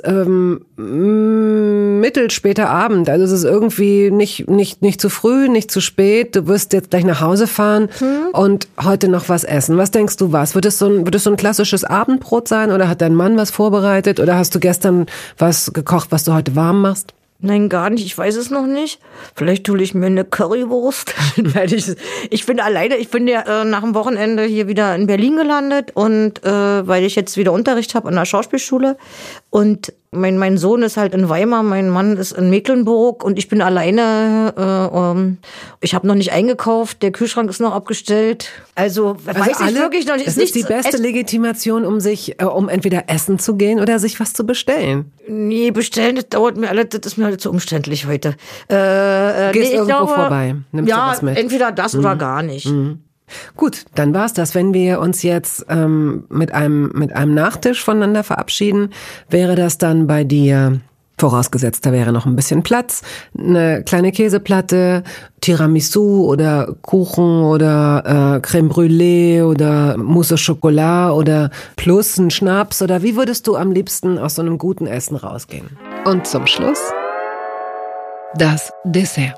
mittelspäter Abend, also es ist irgendwie nicht zu früh, nicht zu spät. Du wirst jetzt gleich nach Hause fahren und heute noch was essen. Was denkst du, was? Wird es so ein klassisches Abendbrot sein oder hat dein Mann was vorbereitet oder hast du gestern was gekocht, was du heute warm machst? Nein, gar nicht. Ich weiß es noch nicht. Vielleicht hole ich mir eine Currywurst. Ich bin alleine. Ich bin ja nach dem Wochenende hier wieder in Berlin gelandet und weil ich jetzt wieder Unterricht habe an der Schauspielschule und mein Sohn ist halt in Weimar, mein Mann ist in Mecklenburg und ich bin alleine. Ich habe noch nicht eingekauft, der Kühlschrank ist noch abgestellt. Also weiß ich wirklich noch nicht. Das ist die beste Legitimation, um entweder essen zu gehen oder sich was zu bestellen. Nee, bestellen, das dauert mir alles, das ist mir alles zu umständlich heute. Gehst irgendwo vorbei, nimmst du was mit. Entweder das oder gar nicht. Gut, dann war's das. Wenn wir uns jetzt mit einem Nachtisch voneinander verabschieden, wäre das dann bei dir, vorausgesetzt, da wäre noch ein bisschen Platz, eine kleine Käseplatte, Tiramisu oder Kuchen oder Crème Brûlée oder Mousse au Chocolat oder plus ein Schnaps oder wie würdest du am liebsten aus so einem guten Essen rausgehen? Und zum Schluss das Dessert.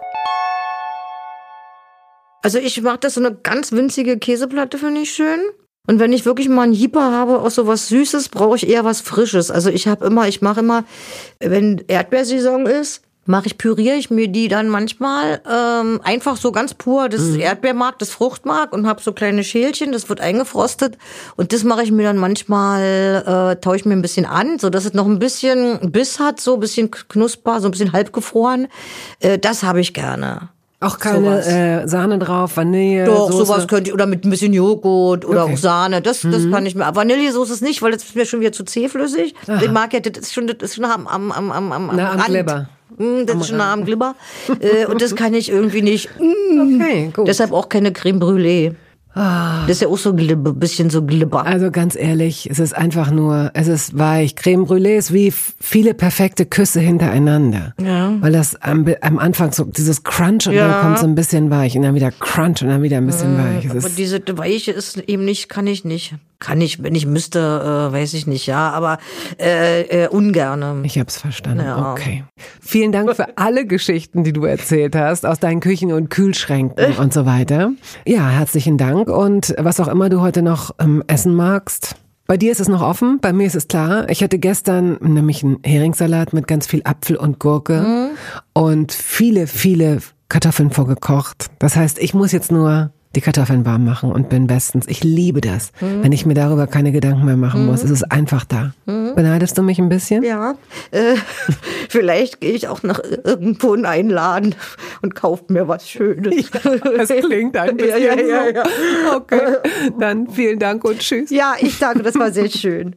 Also ich mache das so eine ganz winzige Käseplatte, finde ich schön. Und wenn ich wirklich mal einen Jeeper habe, auch so was Süßes, brauche ich eher was Frisches. Also ich mache immer, wenn Erdbeersaison ist, püriere ich mir die dann manchmal einfach so ganz pur, das Erdbeermark, das Fruchtmark und habe so kleine Schälchen, das wird eingefrostet und das mache ich mir dann manchmal, taue ich mir ein bisschen an, so dass es noch ein bisschen Biss hat, so ein bisschen knusper, so ein bisschen halbgefroren. Das habe ich gerne. Auch keine Sahne drauf, Vanille. Doch, Soße. sowas könnte ich, oder mit ein bisschen Joghurt oder auch Sahne, das kann ich mir. Aber Vanillesoße ist nicht, weil das ist mir schon wieder zu zähflüssig. Aha. Ich mag ja, das ist schon am am Glibber. Das ist schon nah am Glibber. Und das kann ich irgendwie nicht. Okay, gut. Deshalb auch keine Crème Brûlée. Das ist ja auch so bisschen so glibber. Also ganz ehrlich, es ist weich. Crème Brûlée ist wie viele perfekte Küsse hintereinander. Ja. Weil das am Anfang so dieses Crunch und dann kommt so ein bisschen weich und dann wieder Crunch und dann wieder ein bisschen weich. Aber diese Weiche ist eben nicht, kann ich nicht. Kann ich, wenn ich müsste, weiß ich nicht, ja, aber ungerne. Ich hab's verstanden, ja. Okay. Vielen Dank für alle Geschichten, die du erzählt hast, aus deinen Küchen und Kühlschränken und so weiter. Ja, herzlichen Dank und was auch immer du heute noch essen magst. Bei dir ist es noch offen, bei mir ist es klar. Ich hatte gestern nämlich einen Heringssalat mit ganz viel Apfel und Gurke und viele, viele Kartoffeln vorgekocht. Das heißt, ich muss jetzt nur die Kartoffeln warm machen und bin bestens. Ich liebe das, wenn ich mir darüber keine Gedanken mehr machen muss. Es ist einfach da. Beneidest du mich ein bisschen? Ja, vielleicht gehe ich auch nach irgendwo in einen Laden und kaufe mir was Schönes. Ja, das klingt ein bisschen ja. so. Okay, dann vielen Dank und tschüss. Ja, ich danke, das war sehr schön.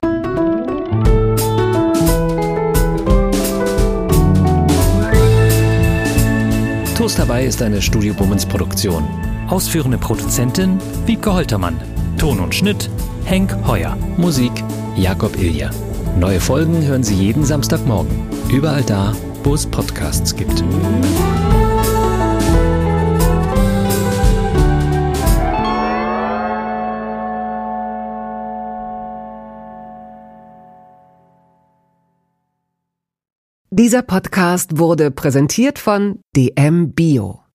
Toast dabei ist eine Studio Bummens Produktion. Ausführende Produzentin Wiebke Holtermann. Ton und Schnitt Henk Heuer. Musik Jakob Ilja. Neue Folgen hören Sie jeden Samstagmorgen. Überall da, wo es Podcasts gibt. Dieser Podcast wurde präsentiert von DM Bio.